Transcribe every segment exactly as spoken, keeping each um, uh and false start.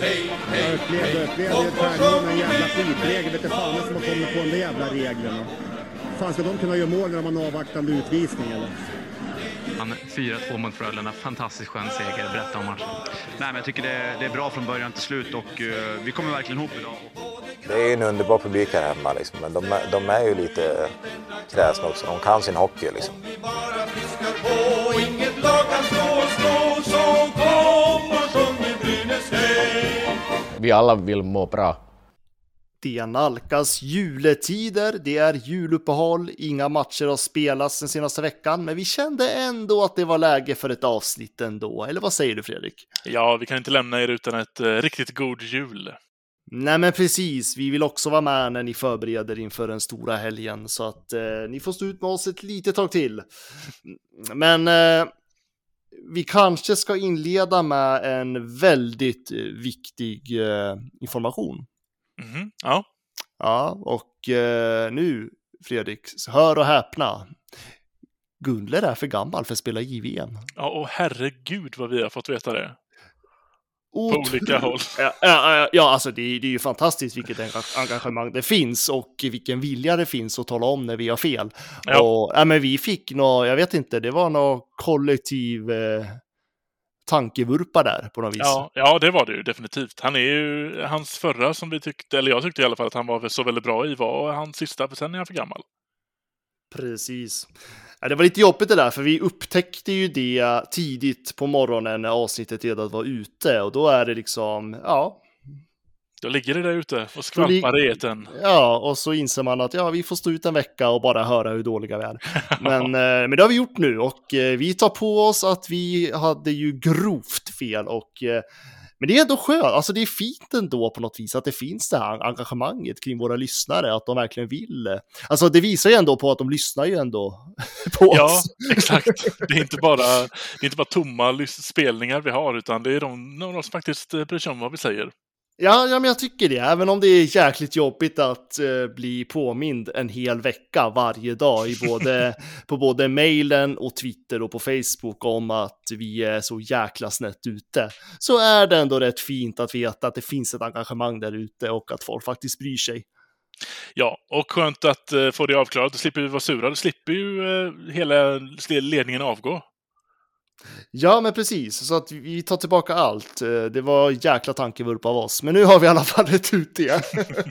Jag upplevde, jag upplevde ett tärning med en jävla skitregel. Vet du fan som har kommit på de där jävla reglerna. Fan, ska de kunna göra mål när de har en avvaktande utvisning eller? fyra två mot Frölunda, fantastiskt skön seger. Berätta om matchen. Nej, men jag tycker det, det är bra från början till slut och uh, vi kommer verkligen ihop idag. Det är en underbar publik här hemma liksom, men de, de är ju lite kräsna också. De kan sin hockey liksom. Vi alla vill må bra. Det nalkas juletider, det är juluppehåll, inga matcher har spelats den senaste veckan, men vi kände ändå att det var läge för ett avsnitt ändå. Eller vad säger du, Fredrik? Ja, vi kan inte lämna er utan ett eh, riktigt god jul. Nej, men precis, vi vill också vara med när ni förbereder inför den stora helgen, så att eh, ni får stå ut med oss ett litet tag till. Men eh, vi kanske ska inleda med en väldigt eh, viktig eh, information. Mm-hmm. Ja. Ja, och eh, nu, Fredrik, hör och häpna. Gunler är för gammal för att spela J V M. Ja, och herregud vad vi har fått veta det. Otro... På olika håll. Ja, ja, ja alltså det, det är ju fantastiskt vilket engagemang det finns och vilken vilja det finns att tala om när vi har fel. Ja. Och ja, men vi fick nå, jag vet inte, det var någon kollektiv eh, tankevurpa där på något vis. Ja, ja, det var det ju definitivt. Han är ju hans förra som vi tyckte, eller jag tyckte i alla fall att han var så väldigt bra i, var hans sista, för sen är han för gammal. Precis. Ja, det var lite jobbigt det där, för vi upptäckte ju det tidigt på morgonen när avsnittet redan var ute, och då är det liksom, ja. Då ligger det där ute och skvalpar i eten. Ja, och så inser man att ja, vi får stå ut en vecka och bara höra hur dåliga vi är. Men, eh, men det har vi gjort nu, och eh, vi tar på oss att vi hade ju grovt fel, och eh, men det är ändå skönt, alltså det är fint ändå på något vis att det finns det här engagemanget kring våra lyssnare, att de verkligen vill. Alltså det visar ju ändå på att de lyssnar ju ändå på ja, oss. Ja, exakt. Det är inte bara, det är inte bara tomma spelningar vi har, utan det är de, de som faktiskt bryr sig om vad vi säger. Ja, ja, men jag tycker det. Även om det är jäkligt jobbigt att uh, bli påmind en hel vecka varje dag i både, på både mejlen och Twitter och på Facebook om att vi är så jäkla snett ute, så är det ändå rätt fint att veta att det finns ett engagemang där ute och att folk faktiskt bryr sig. Ja, och skönt att uh, få det avklarat. Då slipper vi vara sura. Då slipper ju uh, hela ledningen avgå. Ja, men precis. Så att vi tar tillbaka allt. Det var jäkla tankevurp av oss. Men nu har vi i alla fall rätt ut det.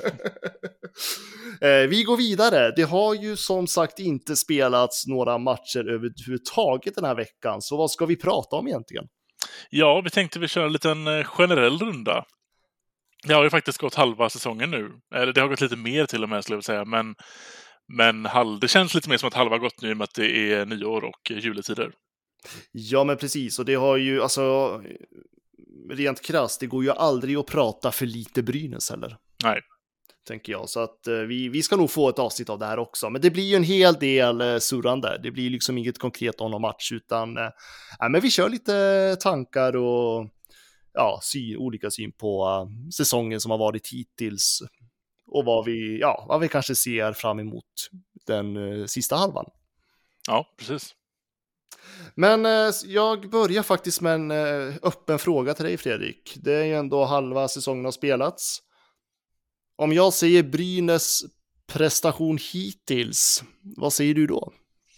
Vi går vidare. Det har ju som sagt inte spelats några matcher överhuvudtaget den här veckan. Så vad ska vi prata om egentligen? Ja, vi tänkte vi köra en liten generell runda. Det har ju faktiskt gått halva säsongen nu. Eller det har gått lite mer till och med, skulle jag säga. Men, men det känns lite mer som att halva har gått nu, med att det är nyår och juletider. Ja, men precis. Och det har ju, alltså, rent krasst, det går ju aldrig att prata för lite Brynäs heller. Nej. Tänker jag. Så att eh, vi, vi ska nog få ett avsnitt av det här också. Men det blir ju en hel del eh, surrande. Det blir liksom inget konkret om någon match, utan eh, men vi kör lite tankar och ja, sy, olika syn på uh, säsongen som har varit hittills. Och vad vi, ja, vad vi kanske ser fram emot den uh, sista halvan. Ja, precis. Men eh, jag börjar faktiskt med en eh, öppen fråga till dig, Fredrik. Det är ju ändå halva säsongen har spelats. Om jag säger Brynäs prestation hittills, vad säger du då?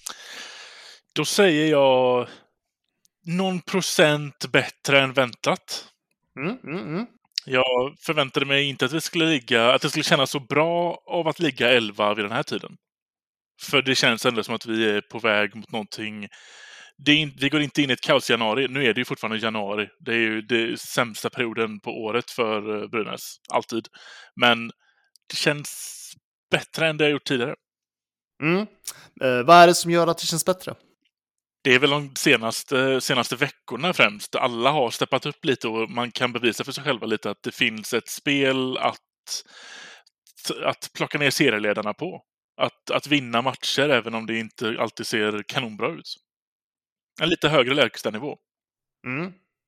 Då säger jag någon procent bättre än väntat. Mm, mm, mm. Jag förväntade mig inte att det skulle ligga, att det skulle kännas så bra av att ligga elva vid den här tiden. För det känns ändå som att vi är på väg mot någonting. Det är in, vi går inte in i ett kaos i januari. Nu är det ju fortfarande januari. Det är ju det sämsta perioden på året för Brynäs. Alltid. Men det känns bättre än det jag gjort tidigare. Mm. Eh, vad är det som gör att det känns bättre? Det är väl de senaste, senaste veckorna främst. Alla har steppat upp lite och man kan bevisa för sig själva lite att det finns ett spel att, att plocka ner serieledarna på. Att, att vinna matcher även om det inte alltid ser kanonbra ut. En lite högre lägstanivå. Mm.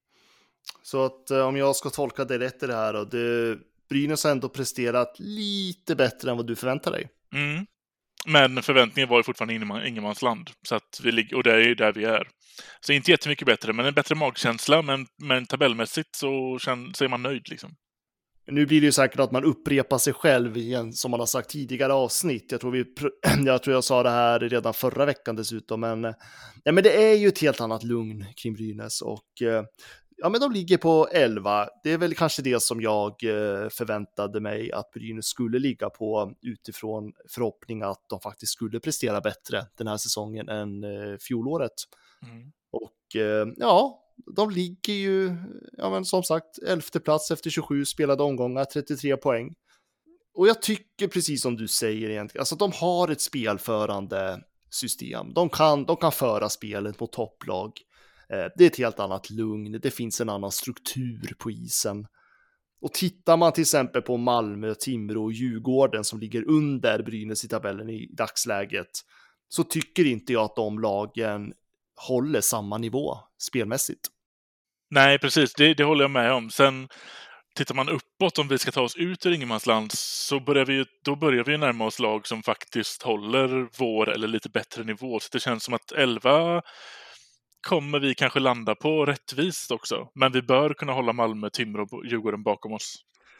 Så att eh, om jag ska tolka det rätt i det här då, det, Brynäs har ändå presterat lite bättre än vad du förväntar dig. Mm. Men förväntningen var ju fortfarande ingeman, ingenmansland. Så att vi ligger, och det är ju där vi är. Så inte jättemycket bättre, men en bättre magkänsla. Men, men tabellmässigt så, känn, så är man nöjd liksom. Nu blir det ju säkert att man upprepar sig själv igen, som man har sagt tidigare avsnitt. Jag tror, vi, jag tror jag sa det här redan förra veckan dessutom. Men, ja, men det är ju ett helt annat lugn kring Brynäs. Och ja, men de ligger på elva. Det är väl kanske det som jag förväntade mig att Brynäs skulle ligga på utifrån förhoppning att de faktiskt skulle prestera bättre den här säsongen än fjolåret. Mm. Och ja, de ligger ju, ja men som sagt, elfte plats efter tjugosju spelade omgångar, trettiotre poäng. Och jag tycker precis som du säger egentligen, alltså de har ett spelförande system. De kan, de kan föra spelet mot topplag. Det är ett helt annat lugn, det finns en annan struktur på isen. Och tittar man till exempel på Malmö, Timrå och Djurgården som ligger under Brynäs i tabellen i dagsläget, så tycker inte jag att de lagen håller samma nivå spelmässigt. Nej, precis. Det, det håller jag med om. Sen tittar man uppåt, om vi ska ta oss ut ur ingenmansland, så börjar vi, då börjar vi närma oss lag som faktiskt håller vår eller lite bättre nivå. Så det känns som att elva kommer vi kanske landa på rättvist också. Men vi bör kunna hålla Malmö, Timrå och Djurgården bakom oss.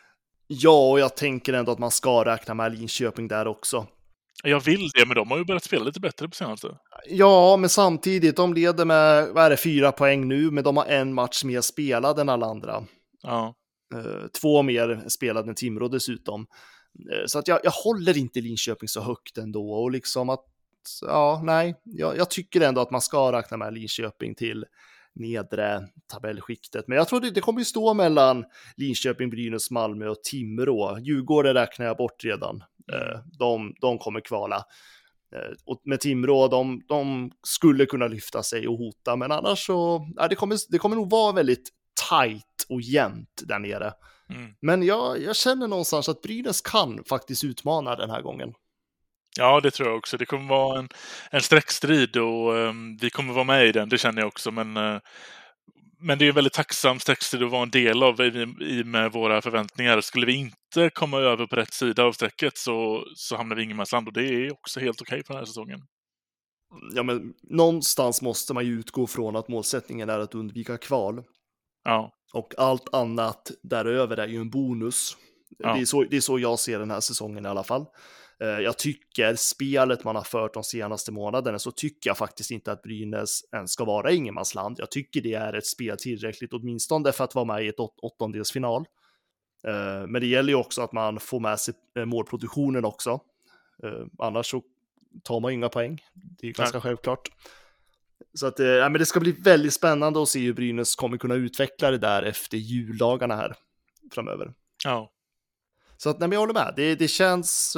Ja, och jag tänker ändå att man ska räkna med Linköping där också. Jag vill det, men de har ju börjat spela lite bättre på senaste. Ja, men samtidigt, de leder med, vad är det, fyra poäng nu, men de har en match mer spelad än alla andra. Ja. Två mer spelade än Timrå dessutom. Så att jag, jag håller inte Linköping så högt ändå. Och liksom att, ja, nej, jag, jag tycker ändå att man ska räkna med Linköping till nedre tabellskiktet. Men jag tror det, det kommer ju stå mellan Linköping, Brynäs, Malmö och Timrå. Djurgården räknar jag bort redan. De, de kommer kvala. Och med Timrå, de, de skulle kunna lyfta sig och hota. Men annars så, ja, det, kommer, det kommer nog vara väldigt tight och jämnt där nere. Mm. Men jag, jag känner någonstans att Brynäs kan faktiskt utmana den här gången. Ja, det tror jag också. Det kommer vara en, en sträckstrid och um, vi kommer vara med i den, det känner jag också. Men, uh, men det är en väldigt tacksam sträckstrid att vara en del av i, i med våra förväntningar. Skulle vi inte komma över på rätt sida av sträcket så, så hamnar vi i ingenmansland, och det är också helt okej på den här säsongen. Ja, men någonstans måste man ju utgå från att målsättningen är att undvika kval. Ja. Och allt annat däröver är ju en bonus. Ja. Det är så, det är så jag ser den här säsongen i alla fall. Jag tycker spelet man har fört de senaste månaderna, så tycker jag faktiskt inte att Brynäs ens ska vara ingenmansland. Jag tycker det är ett spel tillräckligt, åtminstone för att vara med i ett åt- åttondelsfinal. Men det gäller ju också att man får med sig målproduktionen också. Annars så tar man inga poäng. Det är ganska Nej. självklart. Så att, ja, men det ska bli väldigt spännande att se hur Brynäs kommer kunna utveckla det där efter juldagarna här framöver. Ja. Så att, nej, men jag håller med. Det, det känns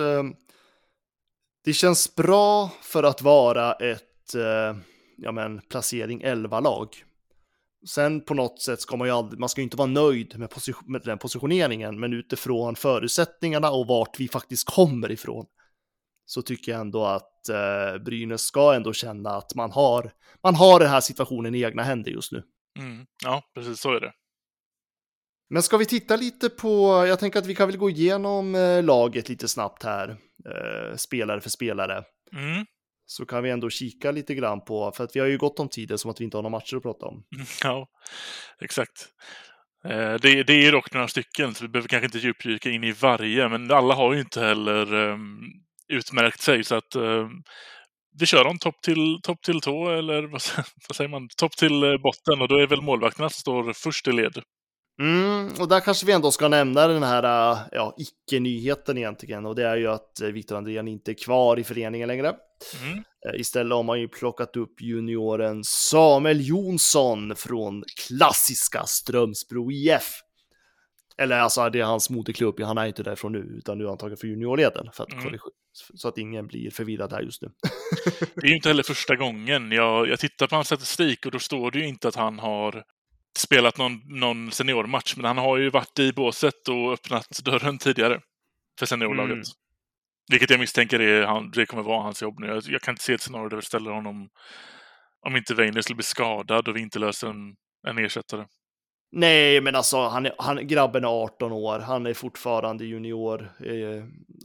det känns bra för att vara ett ja, men, placering elva-lag. Sen på något sätt ska man ju aldrig, man ska ju inte vara nöjd med, position, med den positioneringen, men utifrån förutsättningarna och vart vi faktiskt kommer ifrån, så tycker jag ändå att eh, Brynäs ska ändå känna att man har, man har den här situationen i egna händer just nu. Mm, ja, precis så är det. Men ska vi titta lite på, jag tänker att vi kan väl gå igenom eh, laget lite snabbt här, eh, spelare för spelare. Mm. Så kan vi ändå kika lite grann på, för att vi har ju gått om tiden som att vi inte har några matcher att prata om. Ja, exakt. Eh, det, det är ju dock några stycken, så vi behöver kanske inte djupdyka in i varje, men alla har ju inte heller um, utmärkt sig, så att um, vi kör dem topp till, topp till tå, eller vad, vad säger man, topp till botten, och då är väl målvakterna som står först i led. Mm, och där kanske vi ändå ska nämna den här ja, icke-nyheten egentligen, och det är ju att Victor Andrén inte är kvar i föreningen längre. Mm. Istället har man ju plockat upp junioren Samuel Jonsson från klassiska Strömsbro I F. Eller alltså det är hans moderklubb, han är inte därifrån nu, utan nu är han tagen för juniorleden, för att mm. så att ingen blir förvirrad här just nu. Det är ju inte heller första gången. Jag, jag tittar på hans statistik och då står det ju inte att han har spelat någon, någon seniormatch, men han har ju varit i båset och öppnat dörren tidigare för seniorlaget. Mm. Vilket jag misstänker är han, det kommer vara hans jobb nu. Jag, jag kan inte se ett scenario där vi ställer honom, om inte Weiner skulle bli skadad och vi inte löser en, en ersättare. Nej, men alltså han är, han, grabben är arton år, han är fortfarande junior eh, och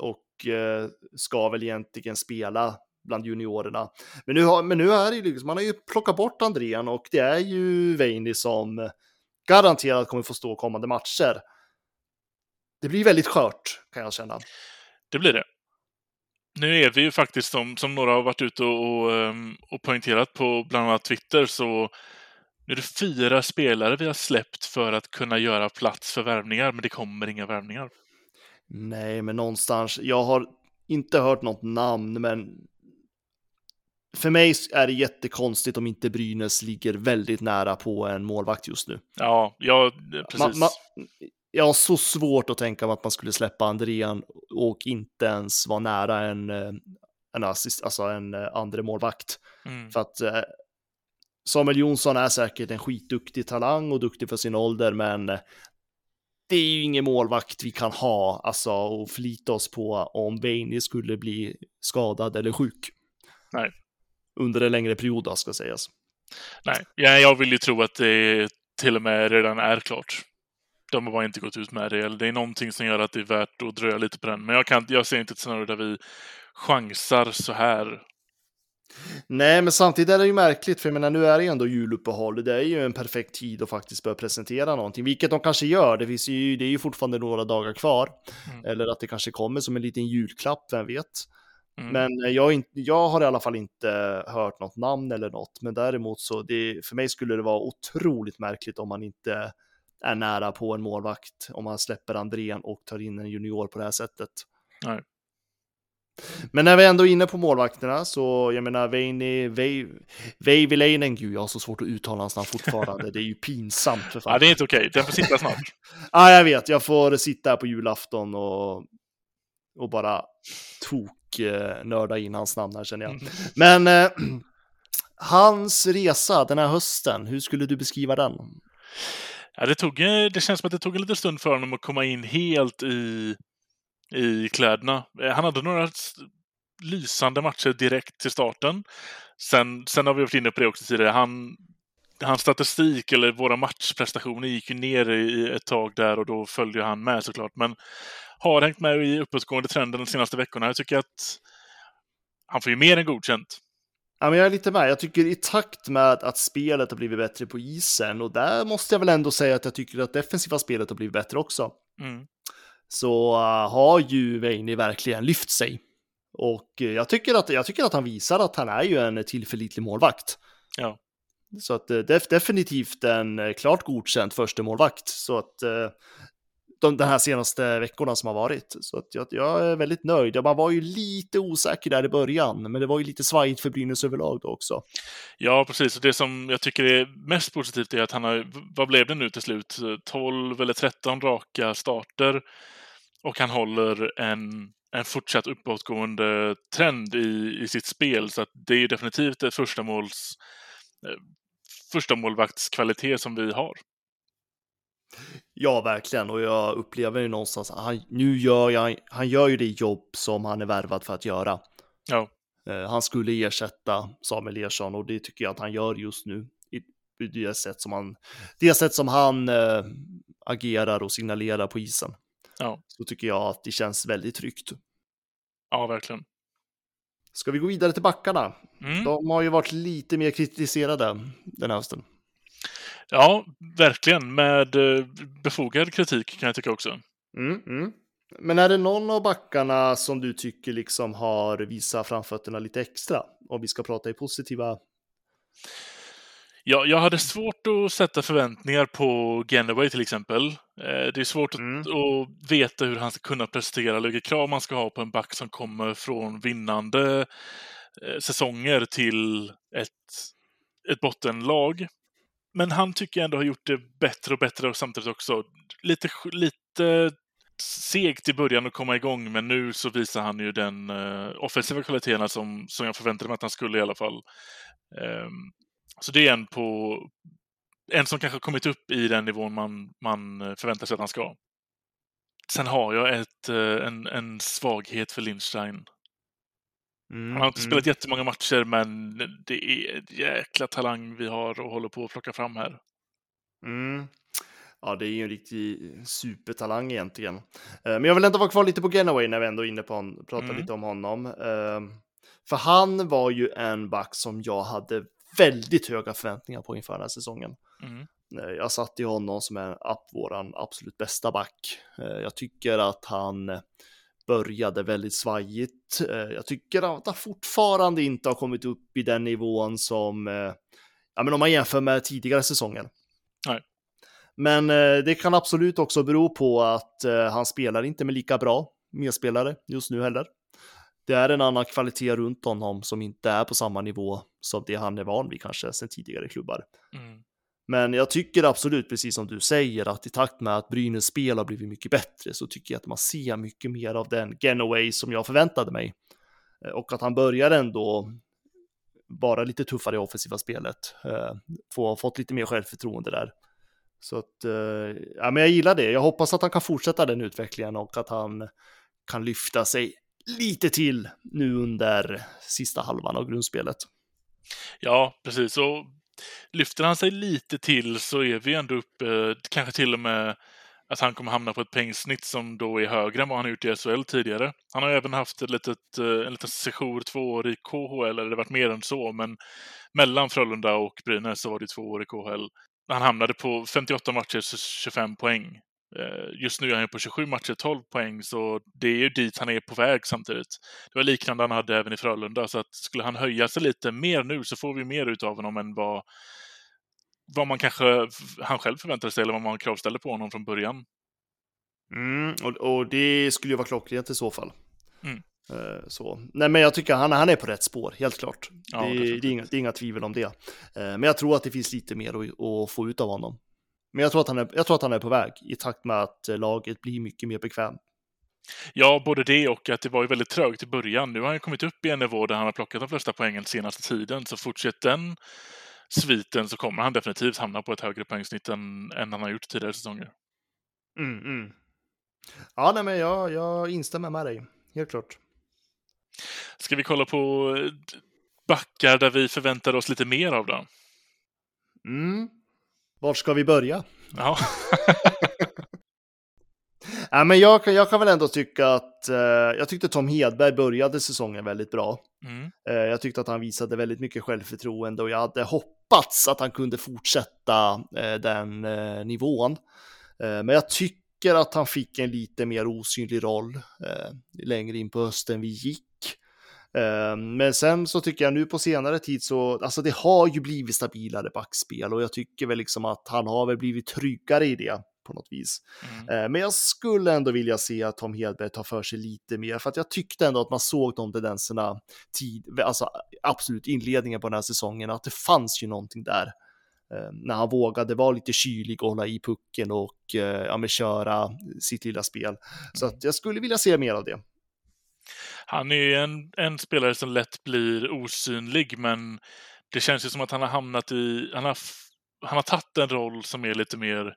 och eh, ska väl egentligen spela bland juniorerna. Men nu, har, men nu är det ju liksom, man har ju plockat bort Andrén och det är ju Veini som garanterat kommer få stå kommande matcher. Det blir väldigt skört, kan jag känna. Det blir det. Nu är vi ju faktiskt, som, som några har varit ute och, och, och poängterat på bland annat Twitter, så nu är det fyra spelare vi har släppt för att kunna göra plats för värvningar, men det kommer inga värvningar. Nej, men någonstans, jag har inte hört något namn, men för mig är det jättekonstigt om inte Brynäs ligger väldigt nära på en målvakt just nu. Ja, ja precis. Ma, ma, jag har så svårt att tänka mig att man skulle släppa Andrén och inte ens vara nära en, en assist, alltså en andra målvakt. Mm. För att eh, Samuel Jonsson är säkert en skitduktig talang och duktig för sin ålder, men det är ju ingen målvakt vi kan ha, alltså, och förlita oss på om Veini skulle bli skadad eller sjuk. Nej. Under en längre period då, ska sägas. Nej, ja, jag vill ju tro att det till och med redan är klart. De har bara inte gått ut med det. Eller det är någonting som gör att det är värt att dröja lite på den. Men jag, kan, jag ser inte ett scenario där vi chansar så här. Nej, men samtidigt är det ju märkligt, för jag menar, nu är det ju ändå juluppehåll. Det är ju en perfekt tid att faktiskt börja presentera någonting, vilket de kanske gör. Det, finns ju, det är ju fortfarande några dagar kvar. Mm. Eller att det kanske kommer som en liten julklapp, vem vet. Mm. Men jag, jag har i alla fall inte hört något namn eller något. Men däremot så, det, för mig skulle det vara otroligt märkligt om man inte är nära på en målvakt. Om man släpper Andrén och tar in en junior på det här sättet. Nej. Men när vi ändå är inne på målvakterna, så jag menar Veini, Veiviläinen, gud jag har så svårt att uttala hans namn fortfarande, det är ju pinsamt för fan. Ja, det är inte okej, den får sitta snart. Ja, jag vet, jag får sitta här på julafton och, och bara tok eh, nörda in hans namn här, känner jag. Mm. Men eh, hans resa den här hösten, hur skulle du beskriva den? Ja, det, tog, det känns som att det tog en liten stund för honom att komma in helt i i kläderna. Han hade några lysande matcher direkt till starten. Sen, sen har vi varit inne på det också tidigare. Han, hans statistik eller våra matchprestationer gick ju ner i ett tag där och då följde han med såklart. Men har hängt med i uppåtgående trenden de senaste veckorna. Jag tycker att han får ju mer än godkänt. Ja, men jag är lite med. Jag tycker i takt med att spelet har blivit bättre på isen, och där måste jag väl ändå säga att jag tycker att defensiva spelet har blivit bättre också. Mm. Så uh, har ju Veini verkligen lyft sig. Och uh, jag, tycker att, jag tycker att han visar att han är ju en tillförlitlig målvakt. Ja. Så att uh, def- definitivt en uh, klart godkänd första målvakt. Så att uh, de, de här senaste veckorna som har varit. Så att jag, jag är väldigt nöjd. Man var ju lite osäker där i början, men det var ju lite svajigt för Brynäs överlag då också. Ja, precis. Och det som jag tycker är mest positivt är att han har, vad blev det nu till slut? tolv eller tretton raka starter. Och han håller en, en fortsatt uppåtgående trend i, i sitt spel. Så att det är definitivt ett första måls eh, första målvaktskvalitet som vi har. Ja, verkligen. Och jag upplever ju någonstans att han, nu gör jag, han gör ju det jobb som han är värvad för att göra. Ja. Eh, han skulle ersätta Samuel Ersson och det tycker jag att han gör just nu. I, i det sätt som han, det sätt som han eh, agerar och signalerar på isen. Ja. Så tycker jag att det känns väldigt tryggt. Ja, verkligen. Ska vi gå vidare till backarna? Mm. De har ju varit lite mer kritiserade den här hösten. Ja, verkligen. Med befogad kritik kan jag tycka också. Mm, mm. Men är det någon av backarna som du tycker liksom har visat framfötterna lite extra? Om vi ska prata i positiva... Ja, jag hade svårt att sätta förväntningar på Genoway till exempel. Det är svårt mm. att, att veta hur han ska kunna prestera, vilka krav man ska ha på en back som kommer från vinnande säsonger till ett, ett bottenlag. Men han tycker jag ändå har gjort det bättre och bättre och samtidigt också lite, lite segt i början att komma igång, men nu så visar han ju den uh, offensiva kvaliteterna som, som jag förväntade mig att han skulle i alla fall. Um, så det är en på en som kanske kommit upp i den nivån man, man förväntar sig att han ska. Sen har jag ett, uh, en, en svaghet för Lindstein. Mm, han har inte mm. spelat jättemånga matcher, men det är en jäkla talang vi har och håller på att plocka fram här. Mm. Ja, det är ju en riktig supertalang egentligen. Men jag vill ändå vara kvar lite på Genoway när vi ändå är inne på hon, pratar Mm. lite om honom. För han var ju en back som jag hade väldigt höga förväntningar på inför den här säsongen. Mm. Jag satt i honom som är våran absolut bästa back. Jag tycker att han började väldigt svajigt. Jag tycker att han fortfarande inte har kommit upp i den nivån som, ja, men om man jämför med tidigare säsonger. Nej. Men det kan absolut också bero på att han spelar inte med lika bra medspelare just nu heller. Det är en annan kvalitet runt honom som inte är på samma nivå som det han är van vid kanske sen tidigare klubbar. Mm. Men jag tycker absolut, precis som du säger, att i takt med att Brynäs spel har blivit mycket bättre så tycker jag att man ser mycket mer av den Genoway som jag förväntade mig. Och att han börjar ändå bara lite tuffare i offensiva spelet. Få fått lite mer självförtroende där. Så att, ja, men jag gillar det. Jag hoppas att han kan fortsätta den utvecklingen och att han kan lyfta sig lite till nu under sista halvan av grundspelet. Ja, precis. Och lyfter han sig lite till så är vi ändå uppe, kanske till och med att han kommer hamna på ett poängsnitt som då är högre än vad han har gjort i S H L tidigare. Han har även haft ett litet, en liten session två år i K H L, eller det har varit mer än så, men mellan Frölunda och Brynäs så var det två år i K H L. Han hamnade på femtioåtta matcher, tjugofem poäng. Just nu är han på tjugosju matcher, tolv poäng, så det är ju dit han är på väg samtidigt. Det var liknande han hade även i Frölunda, så att skulle han höja sig lite mer nu så får vi mer ut av honom än vad, vad man kanske han själv förväntade sig eller vad man kravställde på honom från början. Mm, och, och det skulle ju vara klockrent i så fall. Mm. Uh, så. Nej, men jag tycker han, han är på rätt spår, helt klart. Ja, det, det, är inga, det är inga tvivel om det. Uh, men jag tror att det finns lite mer att, att få ut av honom. Men jag tror, att han är, jag tror att han är på väg i takt med att laget blir mycket mer bekväm. Ja, både det och att det var ju väldigt trögt i början. Nu har han kommit upp i en nivå där han har plockat de flesta poängen senaste tiden. Så fortsätter den sviten så kommer han definitivt hamna på ett högre poängsnitt än, än han har gjort tidigare säsonger. Mm, mm. Ja, nej, men jag, jag instämmer med dig. Helt klart. Ska vi kolla på backar där vi förväntar oss lite mer av då? Mm. Var ska vi börja? Ja. Ja, men jag, jag kan väl ändå tycka att eh, jag tyckte Tom Hedberg började säsongen väldigt bra. Mm. Eh, jag tyckte att han visade väldigt mycket självförtroende och jag hade hoppats att han kunde fortsätta eh, den eh, nivån. Eh, men jag tycker att han fick en lite mer osynlig roll eh, längre in på hösten vi gick. Eh, men sen så tycker jag nu på senare tid så, alltså det har ju blivit stabilare backspel och jag tycker väl liksom att han har väl blivit tryggare i det på något vis. Mm. Men jag skulle ändå vilja se att Tom Hedberg tar för sig lite mer, för att jag tyckte ändå att man såg de tendenserna tid, alltså absolut inledningen på den här säsongen, att det fanns ju någonting där. När han vågade vara lite kylig och hålla i pucken och ja, men köra sitt lilla spel. Mm. Så att jag skulle vilja se mer av det. Han är ju en, en spelare som lätt blir osynlig, men det känns ju som att han har hamnat i, han har, han har tagit en roll som är lite mer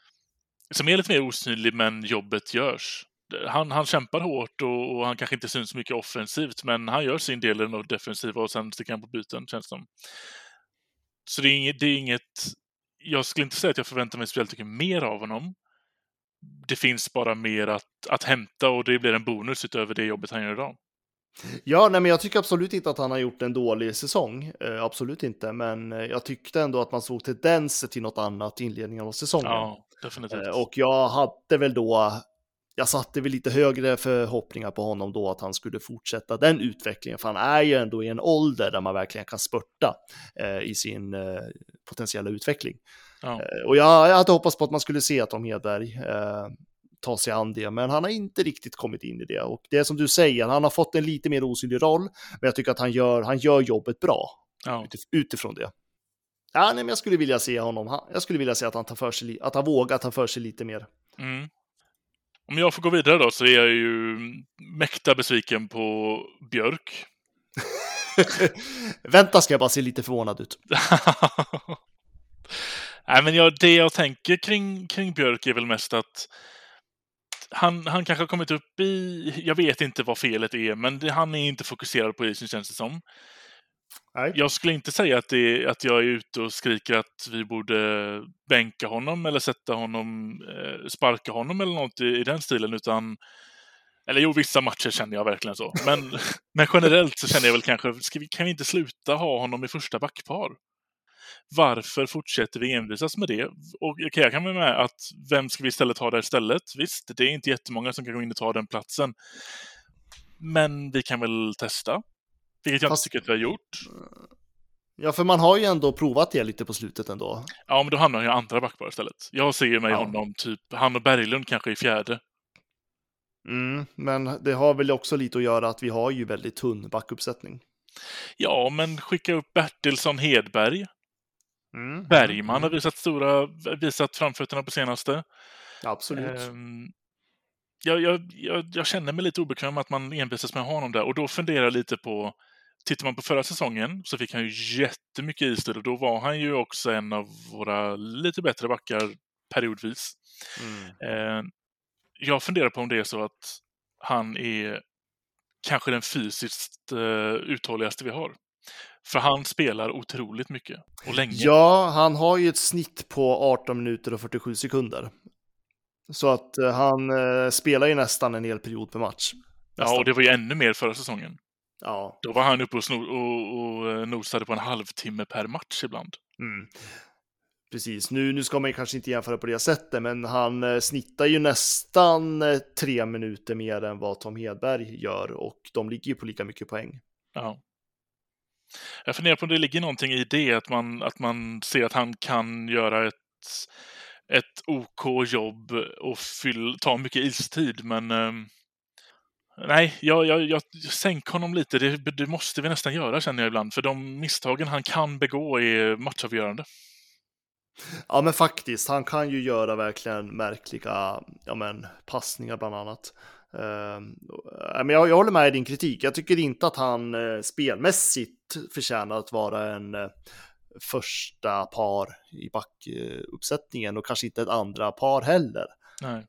som är lite mer osynlig, men jobbet görs. Han, han kämpar hårt och, och han kanske inte syns så mycket offensivt, men han gör sin del av defensiva och sen sticker han på byten, känns det som. Så det är, inget, det är inget... Jag skulle inte säga att jag förväntar mig speciellt mycket mer av honom. Det finns bara mer att, att hämta och det blir en bonus utöver det jobbet han gör idag. Ja, nej, men jag tycker absolut inte att han har gjort en dålig säsong. Eh, absolut inte, men jag tyckte ändå att man såg tendenser till något annat i inledningen av säsongen. Ja, definitivt. Eh, och jag hade väl då, jag satte väl lite högre förhoppningar på honom då att han skulle fortsätta den utvecklingen, för han är ju ändå i en ålder där man verkligen kan spurta eh, i sin eh, potentiella utveckling. Ja. Eh, och jag, jag hade hoppats på att man skulle se att Tom Hedberg eh, ta sig an det, men han har inte riktigt kommit in i det. Och det är som du säger, han har fått en lite mer osynlig roll, men jag tycker att han gör, han gör jobbet bra ja. utif- utifrån det. Ja, nej, men jag skulle vilja se honom, jag skulle vilja se att han tar för sig, att han vågar ta för sig lite mer. Mm. Om jag får gå vidare då så är jag ju mäkta besviken på Björk. Vänta, ska jag bara se lite förvånad ut. Nej, men jag, det jag tänker kring, kring Björk är väl mest att han, han kanske har kommit upp i, jag vet inte vad felet är, men det, han är inte fokuserad på isen, känns det som. Nej. Jag skulle inte säga att, det, att jag är ute och skriker att vi borde bänka honom eller sätta honom, eh, sparka honom eller något i, i den stilen, utan eller jo, vissa matcher känner jag verkligen så. Men, men generellt så känner jag väl kanske, ska vi, kan vi inte sluta ha honom i första backpar? Varför fortsätter vi envisas med det? Och okay, jag kan vara med att vem ska vi istället ha där istället? Visst, det är inte jättemånga som kan gå in och ta den platsen. Men vi kan väl testa. Vilket jag Fast... inte tycker att vi har gjort. Ja, för man har ju ändå provat det lite på slutet ändå. Ja, men då hamnar jag i andra backpar istället. Jag ser ju mig ja. honom typ, han och Berglund kanske i fjärde. Mm, men det har väl också lite att göra att vi har ju väldigt tunn backuppsättning. Ja, men skicka upp Bertilsson, Hedberg. Mm. Bergman mm. har visat stora, visat framfötterna på senaste. Absolut. Um, jag, jag, jag, jag känner mig lite obekväm att man envisas med honom där. Och då funderar jag lite på, tittar man på förra säsongen så fick han ju jättemycket istid. Och då var han ju också en av våra lite bättre backar periodvis. Mm. Uh, jag funderar på om det är så att han är kanske den fysiskt uh, uthålligaste vi har. För han spelar otroligt mycket och länge. Ja, han har ju ett snitt på arton minuter och fyrtiosju sekunder. Så att uh, han uh, spelar ju nästan en hel period per match. Nästan. Ja, och det var ju ännu mer förra säsongen. Ja. Då var han uppe och, sno- och, och nosade på en halvtimme per match ibland. Mm. Precis, nu, nu ska man ju kanske inte jämföra på det sättet, men han uh, snittar ju nästan uh, tre minuter mer än vad Tom Hedberg gör, och de ligger ju på lika mycket poäng. Ja. Jag funderar på om det ligger någonting i det, att man, att man ser att han kan göra ett, ett OK-jobb och fyll, ta mycket istid, men um, nej, jag, jag, jag sänk honom lite, det, det måste vi nästan göra, känner jag ibland, för de misstagen han kan begå är matchavgörande. Ja, men faktiskt, han kan ju göra verkligen märkliga ja, men, passningar bland annat. Uh, men jag, jag håller med i din kritik. Jag tycker inte att han uh, spelmässigt förtjänar att vara en uh, första par i backuppsättningen, och kanske inte ett andra par heller. Nej.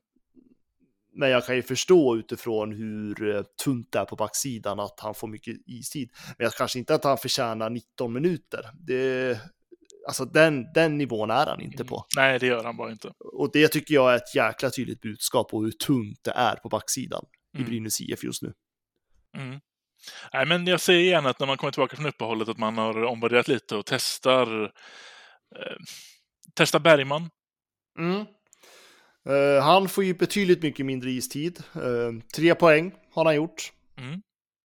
Men jag kan ju förstå utifrån hur uh, tunt det är på backsidan att han får mycket istid. Men jag kanske inte att han förtjänar nitton minuter. Det Alltså den, den nivån är han inte på. Nej, det gör han bara inte. Och det tycker jag är ett jäkla tydligt budskap på hur tunt det är på backsidan mm. i Brynäs I F just nu. Mm. Nej, men jag ser gärna att när man kommer tillbaka från uppehållet att man har omvärderat lite och testar eh, testar Bergman. Mm. Uh, han får ju betydligt mycket mindre istid. Uh, tre poäng har han gjort. Mm.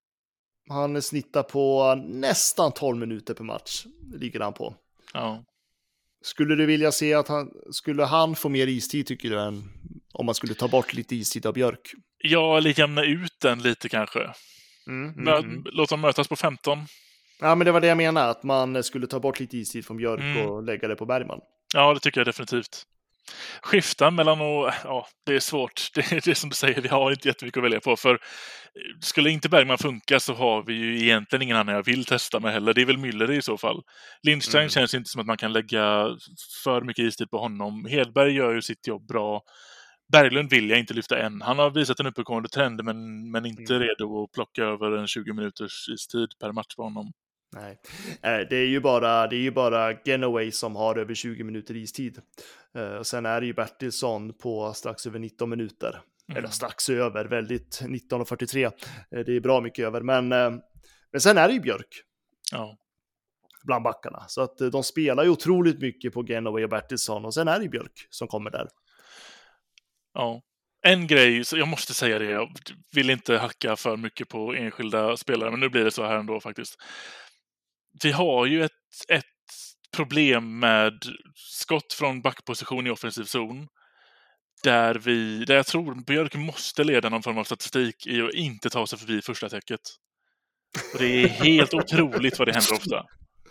Han snittar på nästan tolv minuter per match, ligger han på. Ja. Skulle du vilja se att han skulle han få mer istid, tycker du, än om man skulle ta bort lite istid av Björk? Ja, eller jämna ut den lite kanske. Mm, mm, Mö- mm. Låt dem mötas på femton. Ja, men det var det jag menade, att man skulle ta bort lite istid från Björk Mm. och lägga det på Bergman. Ja, det tycker jag definitivt. Skifta mellan och, ja, det är svårt. Det är det som du säger, vi har inte jättemycket att välja på. För skulle inte Bergman funka så har vi ju egentligen ingen annan jag vill testa med heller. Det är väl Müller i så fall. Lindstein mm. känns inte som att man kan lägga för mycket istid på honom. Hedberg gör ju sitt jobb bra. Berglund vill jag inte lyfta än. Han har visat en uppåtgående trend, men, men inte mm. redo att plocka över en tjugo minuters istid per match på honom. Nej, det är ju bara, det är ju bara Genoway som har över tjugo minuter istid. Och sen är det ju Bertilsson på strax över nitton minuter. Mm. Eller strax över, väldigt nitton och fyrtiotre. Det är bra mycket över. Men, men sen är det ju Björk. Ja. Bland backarna. Så att de spelar ju otroligt mycket på Genoway och Bertilsson. Och sen är det ju Björk som kommer där. Ja. En grej, så jag måste säga det, jag vill inte hacka för mycket på enskilda spelare, men nu blir det så här ändå faktiskt. Vi har ju ett, ett problem med skott från backposition i offensiv zon. Där, vi, där jag tror Björk måste leda någon form av statistik i att inte ta sig förbi första täcket. Och det är helt otroligt vad det händer ofta.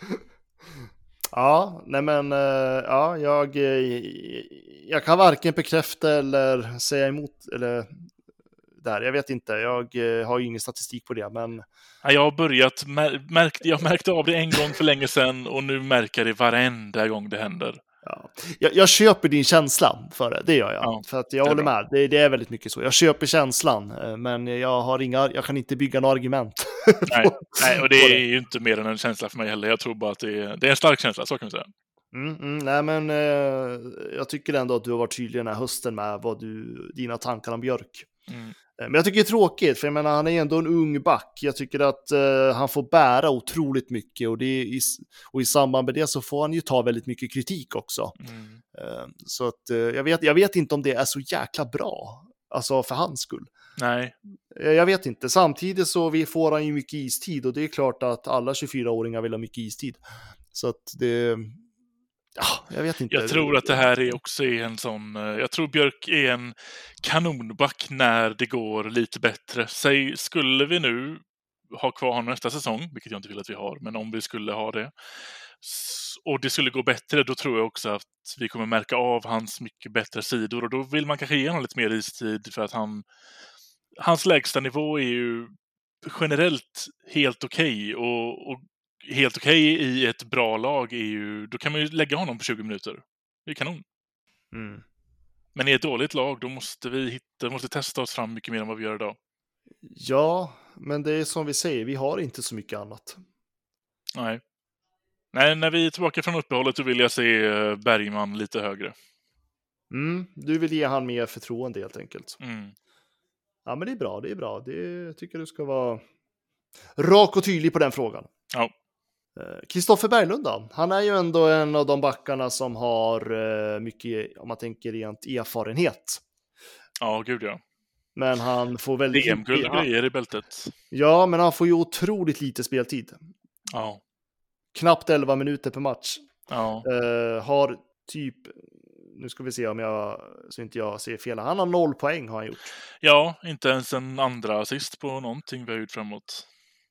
Ja, nej men ja, jag, jag kan varken bekräfta eller säga emot eller där, jag vet inte, jag har ju ingen statistik på det, men jag har börjat, märkt, jag märkte av det en gång för länge sedan och nu märker det varenda gång det händer. Ja. Jag, jag köper din känsla för det, det gör jag. Ja, för att jag håller med, det, det är väldigt mycket så. Jag köper känslan, men jag har inga, jag kan inte bygga några argument. Nej, nej, och det är ju inte mer än en känsla för mig heller. Jag tror bara att det är, det är en stark känsla, så kan man säga. Mm, mm, nej, men eh, jag tycker ändå att du har varit tydlig den här hösten med vad du, dina tankar om Björk. Mm. Men jag tycker det är tråkigt, för jag menar, han är ändå en ung back. Jag tycker att eh, han får bära otroligt mycket, och, det är i, och i samband med det så får han ju ta väldigt mycket kritik också. Mm. Eh, så att eh, jag, vet, jag vet inte om det är så jäkla bra, alltså för hans skull. Nej. Eh, jag vet inte. Samtidigt så vi får han ju mycket istid, och det är klart att alla tjugofyraåringar vill ha mycket istid. Så att det... Ja, jag vet inte. Jag tror att det här är också en sån... Jag tror Björk är en kanonback när det går lite bättre. Säg, skulle vi nu ha kvar honom nästa säsong, vilket jag inte vill att vi har, men om vi skulle ha det, och det skulle gå bättre, då tror jag också att vi kommer märka av hans mycket bättre sidor, och då vill man kanske ge honom lite mer istid, för att han... Hans lägsta nivå är ju generellt helt okej, okay, och, och helt okej okay i ett bra lag är ju, då kan man ju lägga honom på tjugo minuter. Det är kanon. Mm. Men i ett dåligt lag, då måste vi hitta, måste testa oss fram mycket mer än vad vi gör idag. Ja, men det är som vi säger, vi har inte så mycket annat. Nej. Nej, när vi är tillbaka från uppehållet så vill jag se Bergman lite högre. Mm, du vill ge han mer förtroende helt enkelt. Mm. Ja, men det är bra, det är bra. Det tycker du ska vara rak och tydlig på den frågan. Ja. Kristoffer Berglund då? Han är ju ändå en av de backarna som har mycket, om man tänker rent erfarenhet. Ja, gud ja. Men han får väldigt... D M-guld och grejer i bältet. Ja, men han får ju otroligt lite speltid. Ja. Knappt elva minuter per match. Ja. Uh, har typ... Nu ska vi se om jag... Så inte jag ser fel. Han har noll poäng har han gjort. Ja, inte ens en andra assist på någonting vi har gjort framåt.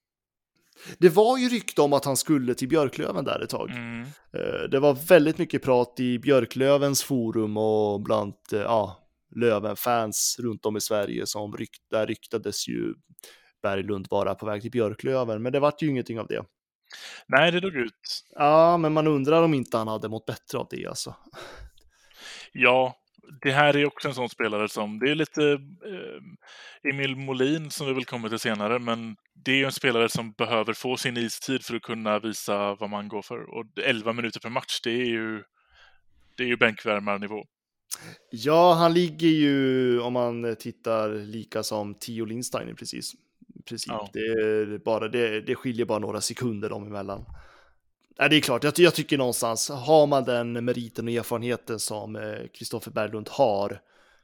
Det var ju rykte om att han skulle till Björklöven där ett tag. Mm. Det var väldigt mycket prat i Björklövens forum och bland ja, Löven-fans runt om i Sverige som rykt, där ryktades ju Berglund vara på väg till Björklöven, men det var ju ingenting av det. Nej, det dog ut. Ja, men man undrar om inte han hade mått bättre av det alltså. Ja, det här är också en sån spelare som, det är lite eh, Emil Molin som vi väl kommer till senare, men det är ju en spelare som behöver få sin istid för att kunna visa vad man går för. Och elva minuter per match, det är ju, det är ju bänkvärmarnivå. Ja, han ligger ju, om man tittar, lika som Theo Lindstein i precis. Princip. Ja. Det, är bara, det, det skiljer bara några sekunder dem emellan. Ja, det är klart, jag, jag tycker någonstans, har man den meriten och erfarenheten som Kristoffer Berglund har,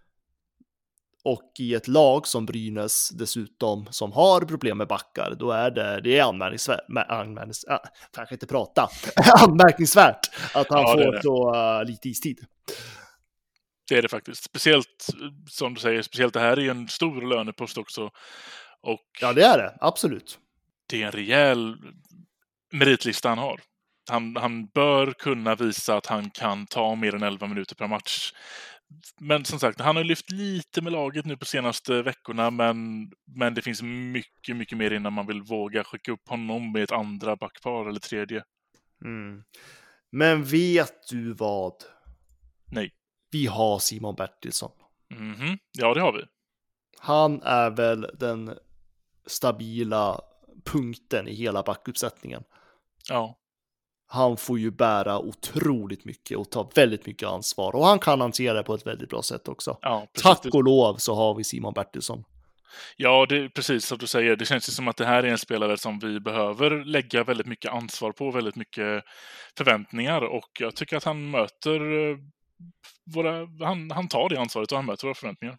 och i ett lag som Brynäs dessutom som har problem med backar, då är det, det är anmärkningsvärt, anmärknings, äh, kanske inte prata, anmärkningsvärt att han ja, får det. så uh, lite istid. Det är det faktiskt. Speciellt, som du säger, speciellt det här är ju en stor lönepost också. Och ja, det är det. Absolut. Det är en rejäl meritlista han har. Han, han bör kunna visa att han kan ta mer än elva minuter per match. Men som sagt, han har lyft lite med laget nu på senaste veckorna, men, men det finns mycket, mycket mer innan man vill våga skicka upp honom med ett andra backpar eller tredje. Mm. Men vet du vad? Nej. Vi har Simon Bertilsson. Mm-hmm. Ja, det har vi. Han är väl den stabila punkten i hela backuppsättningen. Ja. Han får ju bära otroligt mycket och ta väldigt mycket ansvar. Och han kan hantera det på ett väldigt bra sätt också. Ja, tack och lov så har vi Simon Bertilsson. Ja, det är precis som du säger. Det känns ju som att det här är en spelare som vi behöver lägga väldigt mycket ansvar på, väldigt mycket förväntningar. Och jag tycker att han möter våra... Han, han tar det ansvaret och han möter våra förväntningar.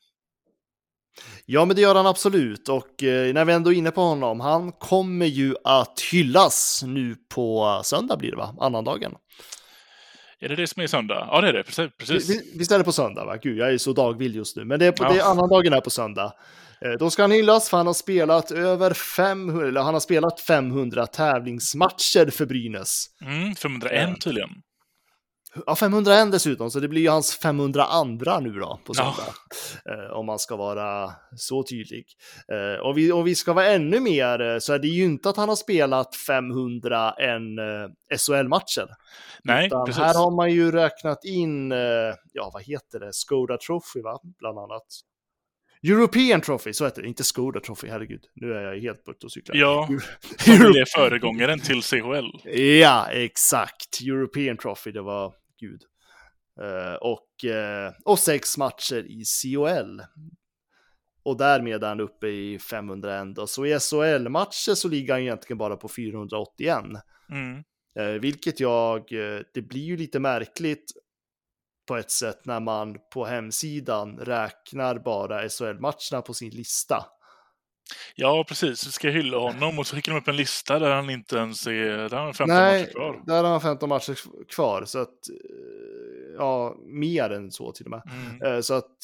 Ja, men det gör han absolut. Och eh, när vi ändå är inne på honom, han kommer ju att hyllas nu på söndag blir det va? Annandagen. Är det det som är söndag? Ja, det är det. Precis. precis. Visst är det på söndag va? Gud, jag är så dagvill just nu. Men det är, på, ja. det är annandagen är på söndag. Eh, då ska han hyllas för han har spelat över femhundra, eller han har spelat femhundra tävlingsmatcher för Brynäs. Mm, femhundraen eh. tydligen. Ja, femhundraen dessutom, så det blir ju hans femhundraandra nu då på söndag. Ja. Eh, om man ska vara så tydlig. Eh, och vi, om vi ska vara ännu mer så är det ju inte att han har spelat femhundraen eh, S H L-matcher. Nej, utan precis. Här har man ju räknat in, eh, ja vad heter det, Skoda Trophy va, bland annat. European Trophy, så heter det. Inte Skoda Trophy, herregud. Nu är jag helt bort och cyklar. Ja, som väl är föregångaren till C H L. Ja, exakt. European Trophy, det var gud. Uh, och, uh, och sex matcher i C H L. Och därmed är han uppe i femhundraett. Så i S H L-matcher så ligger han egentligen bara på fyrahundraåttioett. Mm. Uh, vilket jag, uh, det blir ju lite märkligt på ett sätt när man på hemsidan räknar bara S H L-matcherna på sin lista. Ja, precis. Vi ska hylla honom och så skickar de upp en lista där han inte ens är... Där har han femton Nej, matcher kvar. där har han femton matcher kvar. Så att... Ja, mer än så till och med. Mm. Så att...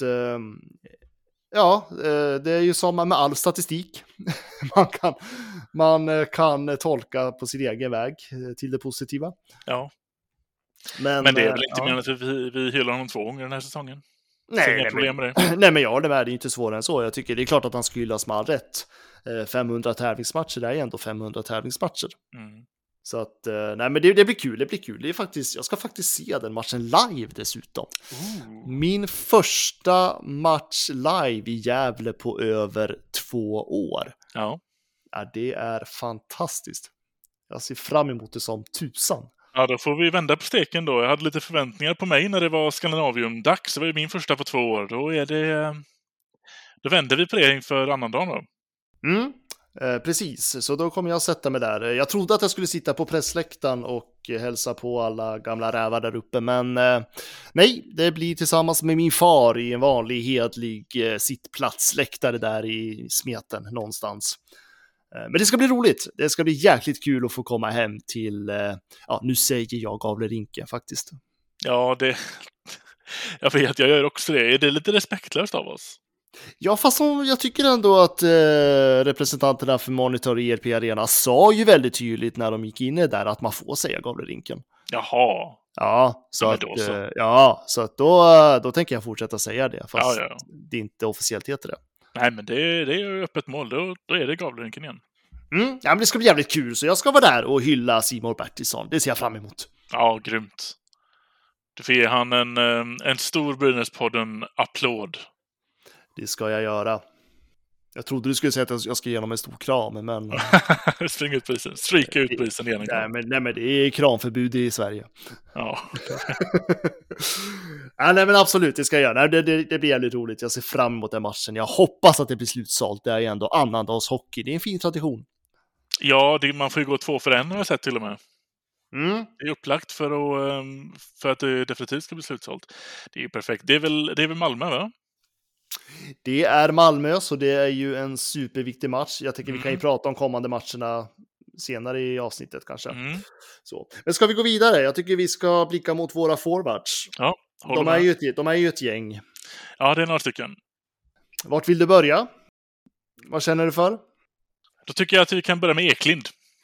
Ja, det är ju som med all statistik. Man kan, man kan tolka på sin egen väg till det positiva. Ja. Men, men det är väl inte ja. mer än att vi, vi hyllar honom två gånger den här säsongen. Nej, inga nej, problem med men, det. nej, men ja, det är inte svårare än så. Jag tycker det är klart att han ska hyllas med all rätt. femhundra tävlingsmatcher, det är ändå femhundra tävlingsmatcher. Mm. Så att, nej men det, det blir kul, det blir kul. Det är faktiskt, jag ska faktiskt se den matchen live dessutom. Ooh. Min första match live i Gävle på över två år. Ja. Ja, det är fantastiskt. Jag ser fram emot det som tusan. Ja, då får vi vända på steken då. Jag hade lite förväntningar på mig när det var Skandinavium-dags. Det var ju min första på två år. Då är det... Då vänder vi på det inför annandagen då. Mm, eh, precis. Så då kommer jag sätta mig där. Jag trodde att jag skulle sitta på pressläktaren och hälsa på alla gamla rävar där uppe. Men eh, nej, det blir tillsammans med min far i en vanlig hedlig eh, sittplatsläktare där i smeten någonstans. Men det ska bli roligt. Det ska bli jäkligt kul att få komma hem till, ja, nu säger jag Gavlerinken faktiskt. Ja, det... Jag vet, jag gör också det. Är det lite respektlöst av oss? Ja, fast som jag tycker ändå att eh, representanterna för Monitor E R P Arena sa ju väldigt tydligt när de gick in där att man får säga Gavlerinken. Jaha. Ja, så ja, att, då så. Eh, ja, så att då, då tänker jag fortsätta säga det, fast ja, ja. det inte officiellt heter det. Nej, men det, det är ju öppet mål. Då, då är det Gavlerinken igen. Mm, ja, men det ska bli jävligt kul, så jag ska vara där och hylla Simon Bertilsson. Det ser jag fram emot. Ja, grymt. Du får ge han en, en stor Brynäspodden applåd. Det ska jag göra. Jag trodde du skulle säga att jag ska ge honom en stor kram, men... Spring ut prisen. Stryka ut prisen igen. Nej men, nej, men det är kramförbud i Sverige. Ja. ja, nej, men absolut, det ska jag göra. Det, det, det blir jävligt roligt. Jag ser fram emot den matchen. Jag hoppas att det blir slutsålt. Det är ändå annandagshockey. Det är en fin tradition. Ja, det, man får ju gå två för en har jag sett till och med. Mm. Det är upplagt för att, för att det definitivt ska bli slutsålt. Det är ju perfekt. Det är väl, det är väl Malmö, va? Det är Malmö, så det är ju en superviktig match. Jag tänker mm. vi kan ju prata om kommande matcherna senare i avsnittet kanske. Mm. Så. Men ska vi gå vidare? Jag tycker vi ska blicka mot våra forwards. Ja, de, är ju ett, de är ju ett gäng. Ja, det är några stycken. Vart vill du börja? Vad känner du för? Då tycker jag att vi kan börja med Eklind.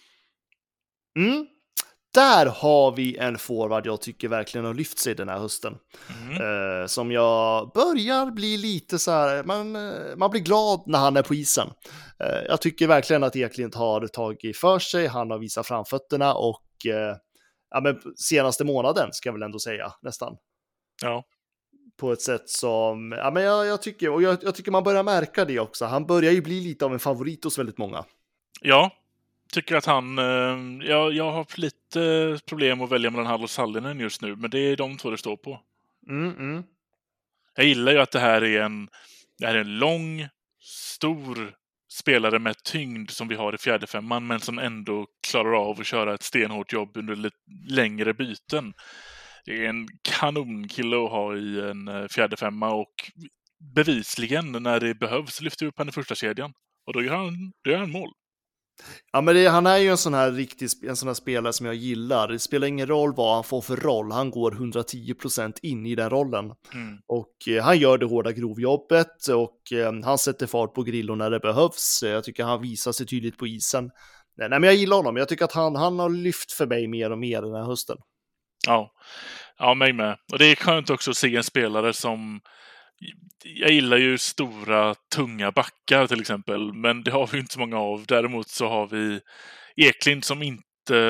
Mm. Där har vi en forward jag tycker verkligen har lyft sig den här hösten. Mm. Eh, som jag börjar bli lite så här, man, man blir glad när han är på isen. Eh, jag tycker verkligen att Eklind har tagit för sig, han har visat framfötterna och eh, ja, men senaste månaden ska jag väl ändå säga nästan. Ja. På ett sätt som, ja men jag, jag tycker, och jag, jag tycker man börjar märka det också. Han börjar ju bli lite av en favorit hos väldigt många. Ja. Tycker att han... Eh, jag, jag har lite problem att välja mellan Hall och Sallinen just nu, men det är de två det står på. Mm, mm. Jag gillar ju att det här är en, det här är en lång, stor spelare med tyngd som vi har i fjärde femman, men som ändå klarar av att köra ett stenhårt jobb under lite längre byten. Det är en kanonkille att ha i en fjärde femma och bevisligen när det behövs lyfter upp han i första kedjan. Och då gör han, då gör han mål. Ja, men det, han är ju en sån här riktig en sån här spelare som jag gillar. Det spelar ingen roll vad han får för roll. Han går hundratio procent in i den rollen. Mm. Och eh, han gör det hårda grovjobbet och eh, han sätter fart på grillor när det behövs. Jag tycker han visar sig tydligt på isen. Nej, men jag gillar honom. Jag tycker att han, han har lyft för mig mer och mer den här hösten. Ja, ja mig med. Och det är skönt också att se en spelare som... Jag gillar ju stora, tunga backar till exempel, men det har vi inte så många av. Däremot så har vi Eklind som inte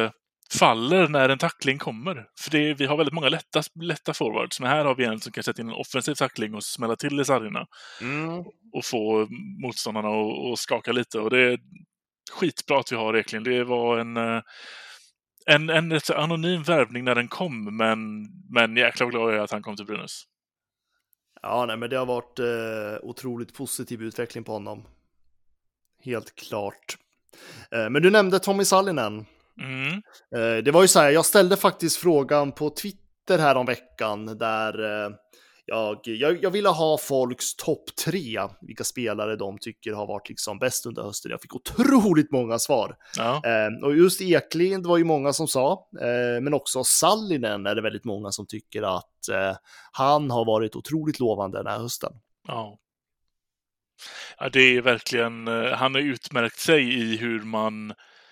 faller när en tackling kommer. För det, vi har väldigt många lätta, lätta forwards, men här har vi en som kan sätta in en offensiv tackling och smälla till i sargerna. Mm. Och få motståndarna att, att skaka lite. Och det är skitbra att vi har Eklund. Det var en, en, en rätt så anonym värvning när den kom, men, men jäkla glad jag är att han kom till Brynäs. Ja, nej, men det har varit eh, otroligt positiv utveckling på honom. Helt klart. Eh, men du nämnde Tommy Sallinen. Mm. Eh, det var ju så här, jag ställde faktiskt frågan på Twitter här om veckan där eh, jag, jag, jag ville ha folks topp tre, vilka spelare de tycker har varit liksom bäst under hösten. Jag fick otroligt många svar. Ja. Eh, och just Eklind var ju många som sa, eh, men också Sallinen är det väldigt många som tycker att eh, han har varit otroligt lovande den här hösten. Ja. Ja, det är verkligen, han har utmärkt sig i hur man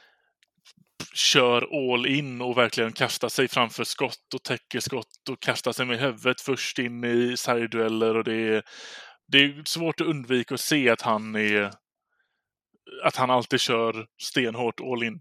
kör all in och verkligen kastar sig framför skott och täcker skott och kastar sig med huvudet först in i sargdueller, och det är, det är svårt att undvika att se att han är att han alltid kör stenhårt all in.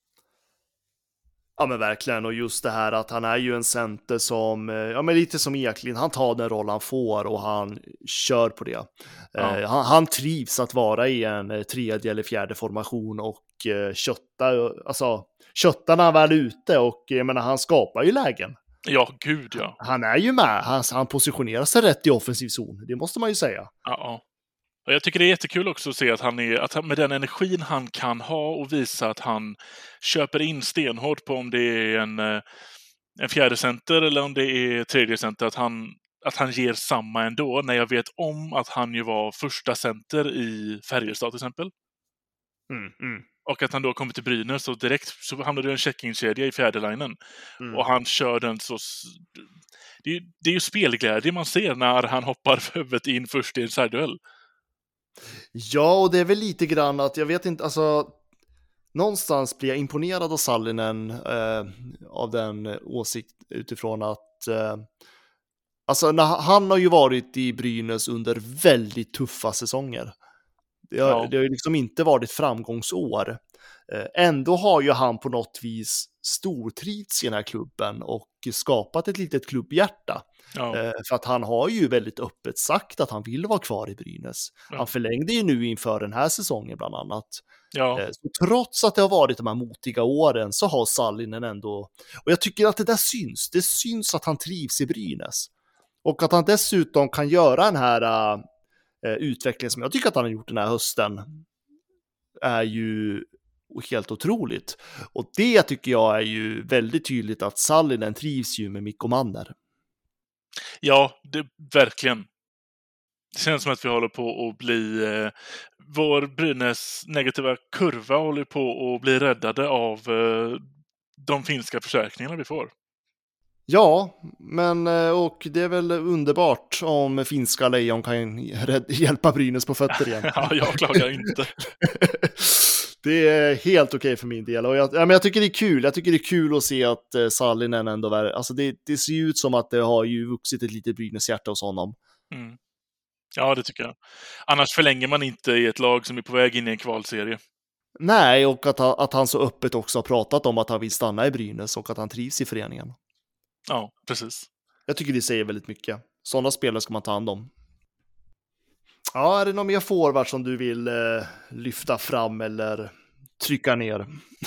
Ja men verkligen, och just det här att han är ju en center som, ja men lite som Eklind, han tar den roll han får och han kör på det. Ja. Eh, han, han trivs att vara i en tredje eller fjärde formation och eh, kötta, alltså kötta när han väl är ute, och jag menar han skapar ju lägen. Ja, gud ja. Han är ju med, han, han positionerar sig rätt i offensiv zon, det måste man ju säga. Ja, och jag tycker det är jättekul också att se att han är, att han, med den energin han kan ha och visa att han köper in stenhårt på om det är en, en fjärde center eller om det är tredje center, att han, att han ger samma ändå, när jag vet om att han ju var första center i Färjestad till exempel. Mm, mm. Och att han då kommer till Brynäs och direkt så hamnade det en check-in-kedja i fjärde linen. Mm. Och han kör den så... Det är, det är ju spelglädje man ser när han hoppar huvudet in först i en särduell. Ja, och det är väl lite grann att jag vet inte, alltså någonstans blir jag imponerad av Sallinen eh, av den åsikt utifrån att eh, alltså när, han har ju varit i Brynäs under väldigt tuffa säsonger. Det har, ja. det har ju liksom inte varit framgångsår. Eh, ändå har ju han på något vis stortrivts i den här klubben och skapat ett litet klubbhjärta. Ja. Eh, för att han har ju väldigt öppet sagt att han vill vara kvar i Brynäs. Ja. Han förlängde ju nu inför den här säsongen bland annat. Ja. Eh, så trots att det har varit de här motiga åren så har Sallinen ändå, och jag tycker att det där syns. Det syns att han trivs i Brynäs. Och att han dessutom kan göra den här uh, utvecklingen som jag tycker att han har gjort den här hösten är ju helt otroligt. Och det tycker jag är ju väldigt tydligt att Sallinen trivs ju med Mikko Manner. Ja, det, verkligen. Det känns som att vi håller på att bli... Eh, vår Brynäs negativa kurva håller på att bli räddade av eh, de finska förstärkningarna vi får. Ja, men och det är väl underbart om finska lejon kan hjälpa Brynäs på fötter igen. Ja, jag klagar inte. Det är helt okej okay för min del. Och jag, ja, men jag tycker det är kul. Jag tycker det är kul att se att uh, Sallinen ändå... Alltså det, det ser ut som att det har ju vuxit ett litet Brynäs-hjärta hos honom. Mm. Ja, det tycker jag. Annars förlänger man inte i ett lag som är på väg in i en kvalserie. Nej, och att, att han så öppet också har pratat om att han vill stanna i Brynäs och att han trivs i föreningen. Ja, precis. Jag tycker det säger väldigt mycket. Sådana spelare ska man ta hand om. Ja, är det någon mer forward som du vill eh, lyfta fram eller trycka ner?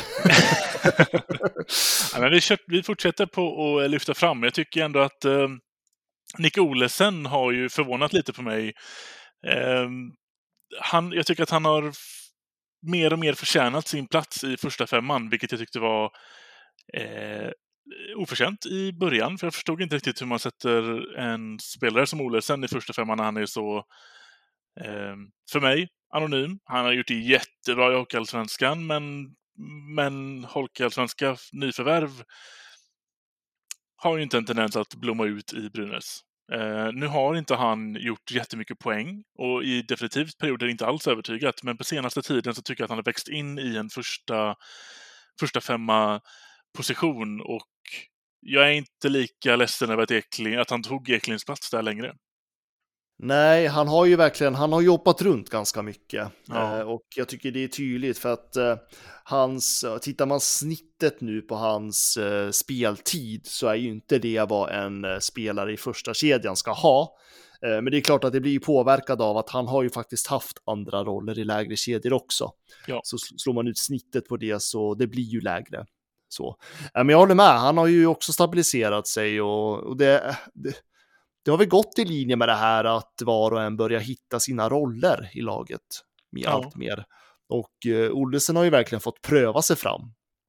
Ja, men vi, kört, vi fortsätter på att lyfta fram. Jag tycker ändå att eh, Nick Olesen har ju förvånat lite på mig. Eh, han, jag tycker att han har mer och mer förtjänat sin plats i första femman, vilket jag tyckte var eh, oförtjänt i början, för jag förstod inte riktigt hur man sätter en spelare som Olesen i första femman när han är så, eh, för mig, anonym. Han har gjort det jättebra i Hockeyallsvenskan, men, men Hockeyallsvenska nyförvärv har ju inte en tendens att blomma ut i Brynäs. Eh, nu har inte han gjort jättemycket poäng och i definitivt perioder inte alls övertygat, men på senaste tiden så tycker jag att han har växt in i en första, första femma position, och jag är inte lika ledsen över att, Eklind, att han tog Eklinds plats där längre. Nej, han har ju verkligen, han har jobbat runt ganska mycket. Ja. Eh, och jag tycker det är tydligt för att eh, hans, tittar man snittet nu på hans eh, speltid så är ju inte det vad en eh, spelare i första kedjan ska ha. Eh, men det är klart att det blir påverkad av att han har ju faktiskt haft andra roller i lägre kedjor också. Ja. Så slår man ut snittet på det så det blir ju lägre. Så. Eh, men jag håller med, han har ju också stabiliserat sig och, och det... det Det har väl gått i linje med det här att var och en börjar hitta sina roller i laget med Ja. allt mer. Och eh, Olesen har ju verkligen fått pröva sig fram.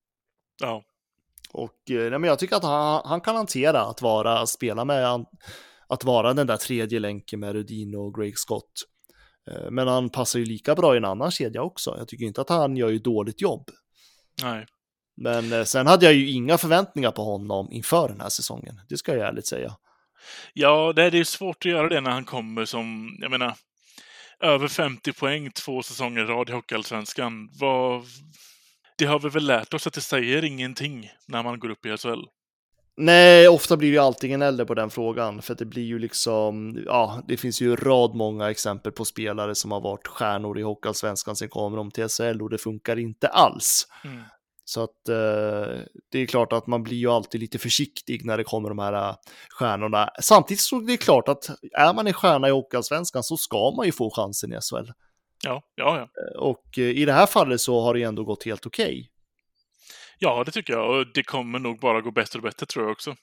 Ja. Och eh, nej, men jag tycker att han, han kan hantera att vara, spela med, att vara den där tredje länken med Rudin och Greg Scott. Eh, men han passar ju lika bra i en annan kedja också. Jag tycker inte att han gör ju dåligt jobb. Nej. Men eh, sen hade jag ju inga förväntningar på honom inför den här säsongen. Det ska jag ärligt säga. Ja, det är ju svårt att göra det när han kommer som, jag menar, över femtio poäng två säsonger i rad i Hockeyallsvenskan. Vad... Det har vi väl lärt oss att det säger ingenting när man går upp i S H L. Nej, ofta blir det ju alltid en äldre på den frågan, för att det blir ju liksom, ja, det finns ju en rad många exempel på spelare som har varit stjärnor i Hockeyallsvenskan, sen kommer de till S H L och det funkar inte alls. Mm. Så att eh, det är klart att man blir ju alltid lite försiktig när det kommer de här uh, stjärnorna. Samtidigt så är det klart att är man en stjärna i Hockeyallsvenskan så ska man ju få chansen i S H L. Ja, ja, ja. Och uh, i det här fallet så har det ändå gått helt okej. Okay. Ja, det tycker jag. Och det kommer nog bara gå bättre och bättre, tror jag också.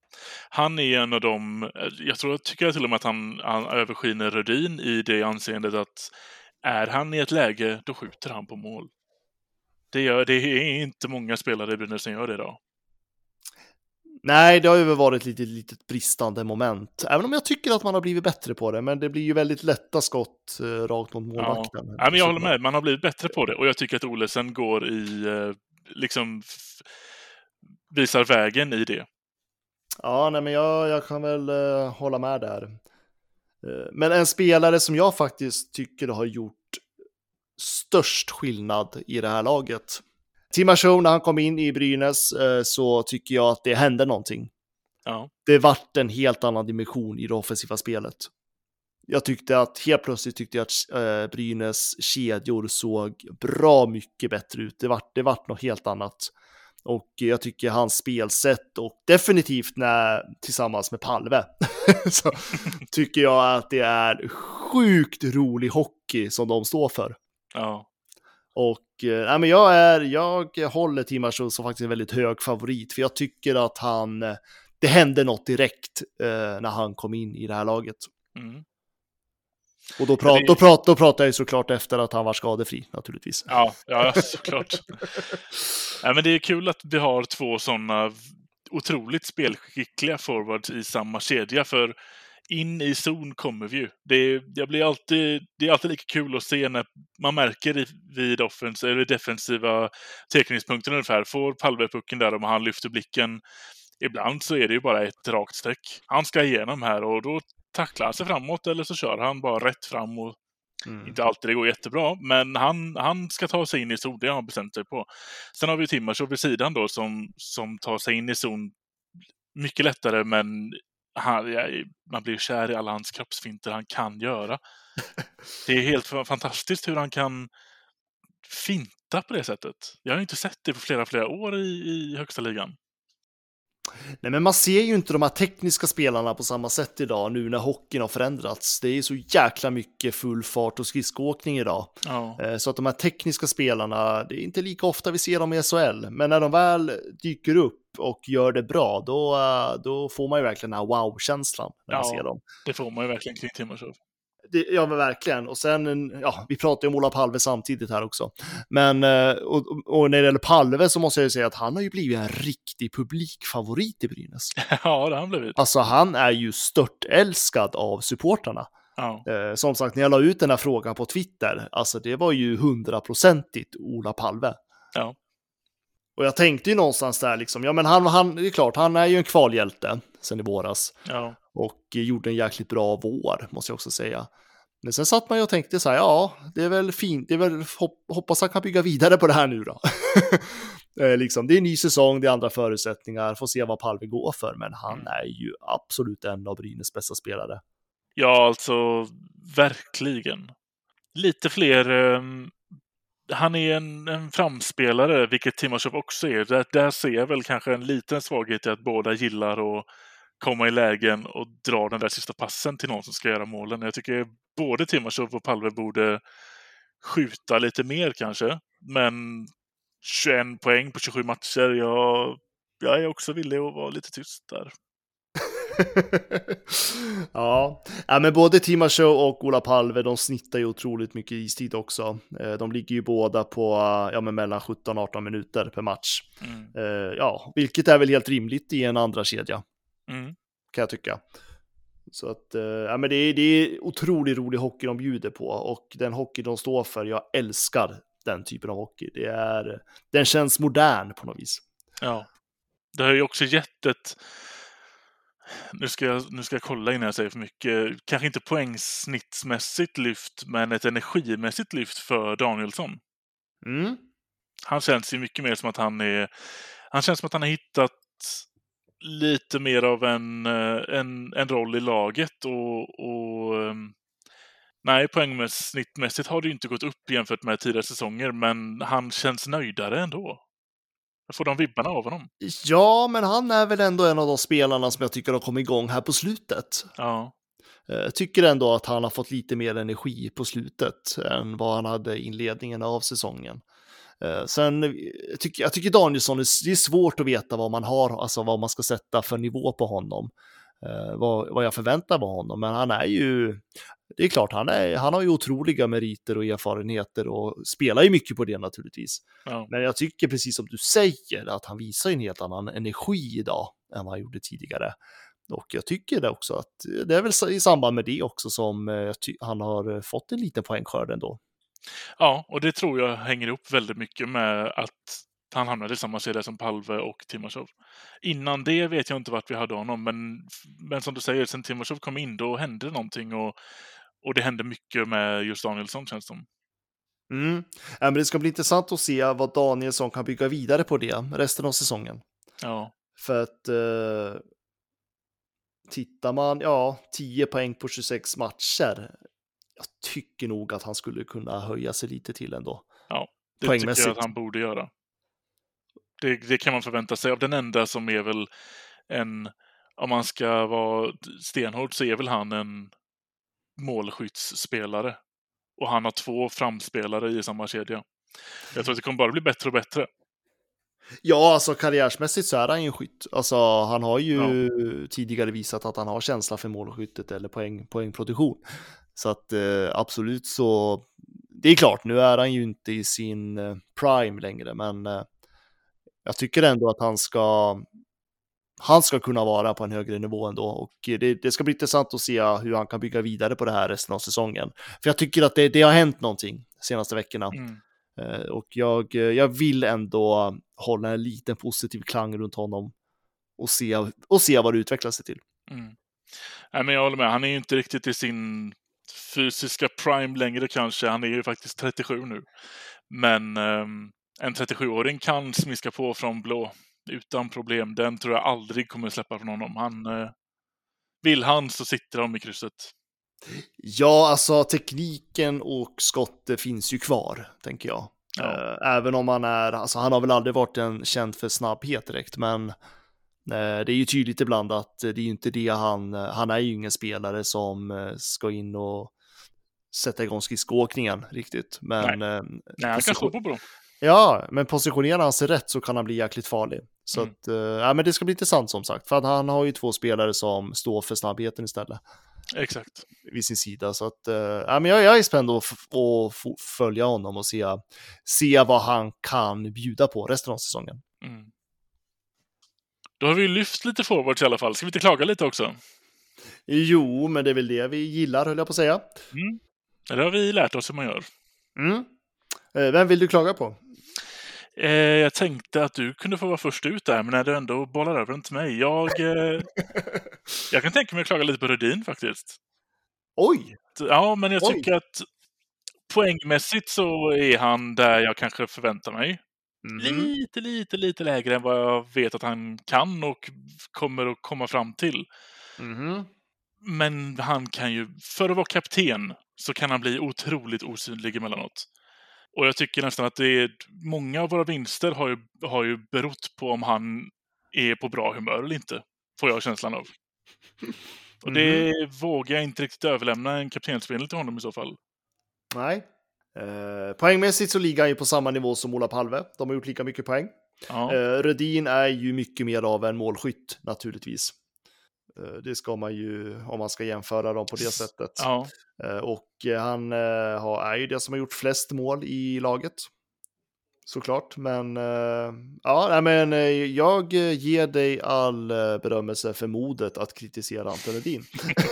Han är en av dem, jag tror jag tycker till och med att han, han överskiner Rudin i det anseendet att är han i ett läge, då skjuter han på mål. Det, gör, det är inte många spelare i Brynäs som gör det idag. Nej, det har ju varit lite litet bristande moment. Även om jag tycker att man har blivit bättre på det. Men det blir ju väldigt lätta skott eh, rakt mot målvakten. Ja. Ja, men jag håller med, man har blivit bättre på det. Och jag tycker att Olesen går i, eh, liksom, f- visar vägen i det. Ja, nej, men jag, jag kan väl eh, hålla med där. Eh, men en spelare som jag faktiskt tycker har gjort störst skillnad i det här laget. Timashou, när han kom in i Brynäs eh, så tycker jag att det hände någonting. Ja. Det vart en helt annan dimension i det offensiva spelet. Jag tyckte att helt plötsligt tyckte jag att eh, Brynäs kedjor såg bra mycket bättre ut. Det vart, det vart något helt annat. Och jag tycker hans spelsätt och definitivt när, tillsammans med Palve så tycker jag att det är sjukt rolig hockey som de står för. Ja. Och äh, men jag, är, jag håller Timashou som faktiskt en väldigt hög favorit, för jag tycker att han, det hände något direkt eh, när han kom in i det här laget. Mm. Och då, prat, det... då, prat, då pratar jag såklart efter att han var skadefri, naturligtvis. Ja, ja såklart. Ja, men det är kul att vi har två sådana otroligt spelskickliga forwards i samma kedja, för in i zon kommer vi ju. Det, det, blir alltid, det är alltid lika kul att se när man märker i, vid offens, eller defensiva teckningspunkten ungefär. Får Palve pucken där och han lyfter blicken. Ibland så är det ju bara ett rakt streck. Han ska igenom här och då tacklar han sig framåt eller så kör han bara rätt fram. Och mm. Inte alltid det går jättebra, men han, han ska ta sig in i zon, det har han bestämt sig på. Sen har vi Timashou vid sidan då som, som tar sig in i zon mycket lättare, men han, man blir kär i alla hans kroppsfinter han kan göra. Det är helt fantastiskt hur han kan finta på det sättet. Jag har inte sett det på flera, flera år i, i högsta ligan. Nej, men man ser ju inte de här tekniska spelarna på samma sätt idag nu när hockeyn har förändrats. Det är så jäkla mycket full fart och skridskoåkning idag. Ja. Så att de här tekniska spelarna, det är inte lika ofta vi ser dem i S H L. Men när de väl dyker upp och gör det bra, då, då får man ju verkligen den här wow-känslan när man ja, ser dem. Det får man ju verkligen kring Timashou. Det, ja, men verkligen. Och sen, ja, vi pratar ju om Ola Palve samtidigt här också. Men, och, och när det gäller Palve så måste jag ju säga att han har ju blivit en riktig publikfavorit i Brynäs. Ja, det har han blivit. Alltså, han är ju störtälskad av supportarna. Ja. Eh, som sagt, när jag la ut den här frågan på Twitter, alltså det var ju hundraprocentigt Ola Palve. Ja. Och jag tänkte ju någonstans där liksom, ja men han, han, det är klart, han är ju en kvalhjälte sen i våras. Ja. Och gjorde en jäkligt bra vår, måste jag också säga. Men sen satt man ju och tänkte så här, ja, det är väl fint, det är väl hopp, hoppas han kan bygga vidare på det här nu då. eh, liksom, det är en ny säsong, det är andra förutsättningar, får se vad Palve går för, men han är ju absolut en av Brynäs bästa spelare. Ja, alltså verkligen. Lite fler... Eh, han är en, en framspelare, vilket Timashov också är. Där, där ser jag väl kanske en liten svaghet i att båda gillar att komma i lägen och dra den där sista passen till någon som ska göra målen. Jag tycker både Timashov och Palve borde skjuta lite mer kanske. Men tjugoen poäng på tjugosju matcher, jag, jag är också villig att vara lite tyst där. ja. ja, men både Timashov och Ola Palve, de snittar ju otroligt mycket istid också. De ligger ju båda på ja, men mellan sjutton arton minuter per match. Mm. Ja, vilket är väl helt rimligt i en andra kedja. Mm. Kan jag tycka. Så att, ja, men det är, det är otroligt rolig hockey de bjuder på, och den hockey de står för, jag älskar den typen av hockey. Det är, den känns modern på något vis. Ja, det har ju också gett ett, nu ska jag, nu ska jag kolla innan jag säger för mycket, kanske inte poängsnittsmässigt lyft, men ett energimässigt lyft för Danielsson. Mm. Han känns ju mycket mer som att han är, han känns som att han har hittat lite mer av en, en, en roll i laget, och, och nej, poängsnittmässigt har det ju inte gått upp jämfört med tidigare säsonger, men han känns nöjdare ändå. Jag får de vibbarna av honom. Ja, men han är väl ändå en av de spelarna som jag tycker har kommit igång här på slutet. Ja. Jag tycker ändå att han har fått lite mer energi på slutet än vad han hade i inledningen av säsongen. Sen jag tycker jag tycker Danielsson, det är svårt att veta vad man har, alltså vad man ska sätta för nivå på honom. Vad, vad jag förväntar mig av honom, men han är ju, det är klart, han, är, han har ju otroliga meriter och erfarenheter och spelar ju mycket på det naturligtvis. Ja. Men jag tycker precis som du säger att han visar en helt annan energi idag än vad han gjorde tidigare. Och jag tycker det också att det är väl i samband med det också som han har fått en liten poängskörd ändå. Ja, och det tror jag hänger ihop väldigt mycket med att han hamnade i samma serie som Palve och Timashov. Innan det vet jag inte vart vi hade honom, men, men som du säger, sen Timashov kom in, då hände det någonting, och, och det hände mycket med just Danielsson, känns det som. Mm. Ja, men det ska bli intressant att se vad Danielsson kan bygga vidare på det resten av säsongen. Ja. För att eh, tittar man, ja, tio poäng på tjugosex matcher, jag tycker nog att han skulle kunna höja sig lite till ändå. Ja, det tycker jag att han borde göra. Det, det kan man förvänta sig av den enda som är väl en, om man ska vara stenhård, så är väl han en målskyttsspelare. Och han har två framspelare i samma kedja. Jag tror att det kommer bara bli bättre och bättre. Ja, alltså karriärsmässigt så är han ju en skytt. Alltså han har ju ja. tidigare visat att han har känsla för målskyttet eller poäng, poängproduktion. Så att eh, absolut så, det är klart, nu är han ju inte i sin eh, prime längre, men eh, jag tycker ändå att han ska han ska kunna vara på en högre nivå ändå, och det, det ska bli intressant att se hur han kan bygga vidare på det här resten av säsongen. För jag tycker att det, det har hänt någonting de senaste veckorna. Mm. Eh, och jag, jag vill ändå hålla en liten positiv klang runt honom och se, och se vad det utvecklar sig till. Mm. Nej, men jag håller med, han är ju inte riktigt i sin fysiska prime längre kanske. Han är ju faktiskt trettiosju nu. Men um, en trettiosjuåring kan smiska på från blå utan problem. Den tror jag aldrig kommer släppa från honom. Han, uh, vill han så sitter de i krysset. Ja, alltså tekniken och skottet finns ju kvar, tänker jag. Ja. Uh, även om han är, alltså han har väl aldrig varit en känd för snabbhet direkt, men det är ju tydligt ibland att det är ju inte det han, han är ju ingen spelare som ska in och sätta igång skridskoåkningen riktigt. Men, Nej, Nej han kan stå på bra. Ja, men positionerar han sig rätt så kan han bli jäkligt farlig. Så mm. att, ja, men det ska bli intressant som sagt, för att han har ju två spelare som står för snabbheten istället. Exakt. Vid sin sida, så att, ja, men jag, jag är spänd att, f- att f- följa honom och se, se vad han kan bjuda på resten av säsongen. Mm. Då har vi lyft lite forwards i alla fall. Ska vi inte klaga lite också? Jo, men det är väl det vi gillar, höll jag på att säga. Mm. Det har vi lärt oss hur man gör. Mm. Vem vill du klaga på? Eh, jag tänkte att du kunde få vara först ut där, men när du ändå bollar över den till mig. Jag, eh, jag kan tänka mig att klaga lite på Rödin faktiskt. Oj! Ja, men jag Oj. tycker att poängmässigt så är han där jag kanske förväntar mig. Mm. Lite, lite, lite lägre än vad jag vet att han kan och kommer att komma fram till. Mm. Men han kan ju, för att vara kapten, så kan han bli otroligt osynlig emellanåt. Och jag tycker nästan att det är, många av våra vinster har ju, har ju berott på om han är på bra humör eller inte. Får jag känslan av. Och det mm. vågar jag inte riktigt överlämna en kaptensspel till honom i så fall. Nej. Eh, poängmässigt så ligger han ju på samma nivå som Ola Palve. De har gjort lika mycket poäng. Ja. Eh, Rödin är ju mycket mer av en målskytt, naturligtvis. Eh, det ska man ju, om man ska jämföra dem på det sättet. Ja. Eh, och han eh, har, är ju det som har gjort flest mål i laget. Såklart, men eh, ja, men eh, jag ger dig all eh, berömmelse för modet att kritisera Anton Rödin.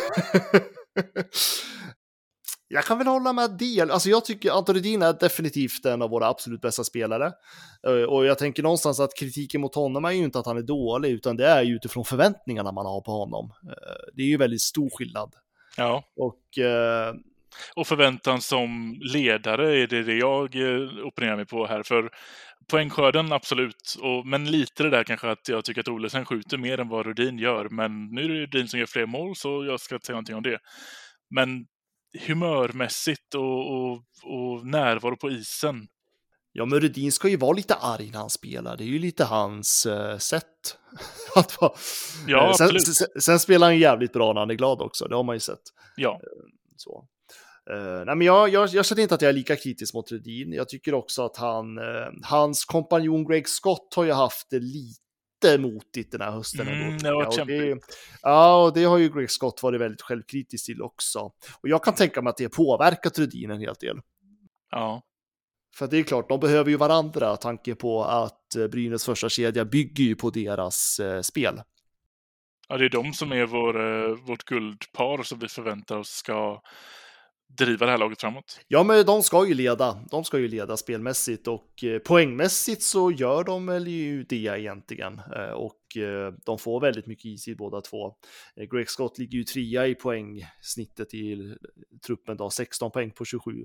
Jag kan väl hålla med del. Alltså jag tycker Anton Rödin är definitivt en av våra absolut bästa spelare. Och jag tänker någonstans att kritiken mot honom är ju inte att han är dålig, utan det är ju utifrån förväntningarna man har på honom. Det är ju väldigt stor skillnad. Ja. Och, eh... och förväntan som ledare är det, det jag opponerar mig på här. För poängskörden, absolut. Och, men lite det där kanske att jag tycker att Olesen skjuter mer än vad Rödin gör. Men nu är det Rödin som gör fler mål, så jag ska inte säga någonting om det. Men humörmässigt och, och, och närvaro på isen. Ja, men Rödin ska ju vara lite arg när han spelar. Det är ju lite hans uh, sätt att vara. Ja, sen, absolut. Sen, sen spelar han jävligt bra när han är glad också. Det har man ju sett. Ja. Så. Uh, nej, men jag, jag, jag känner inte att jag är lika kritisk mot Rödin. Jag tycker också att han, uh, hans kompanjon Greg Scott har ju haft det lite motigt den här hösten. Mm, det var ja, och det, ja, och det har ju Greg Scott varit väldigt självkritisk till också. Och jag kan tänka mig att det har påverkat Rödin en hel del. Ja. För det är klart, de behöver ju varandra, tanke på att Brynäs första kedja bygger ju på deras eh, spel. Ja, det är de som är vår, eh, vårt guldpar som vi förväntar oss ska driva det här laget framåt. Ja, men de ska ju leda. De ska ju leda spelmässigt och eh, poängmässigt så gör de väl ju det egentligen. Eh, och eh, de får väldigt mycket is i båda två. Eh, Greg Scott ligger ju trea i poängsnittet i truppen då, sexton poäng på tjugosju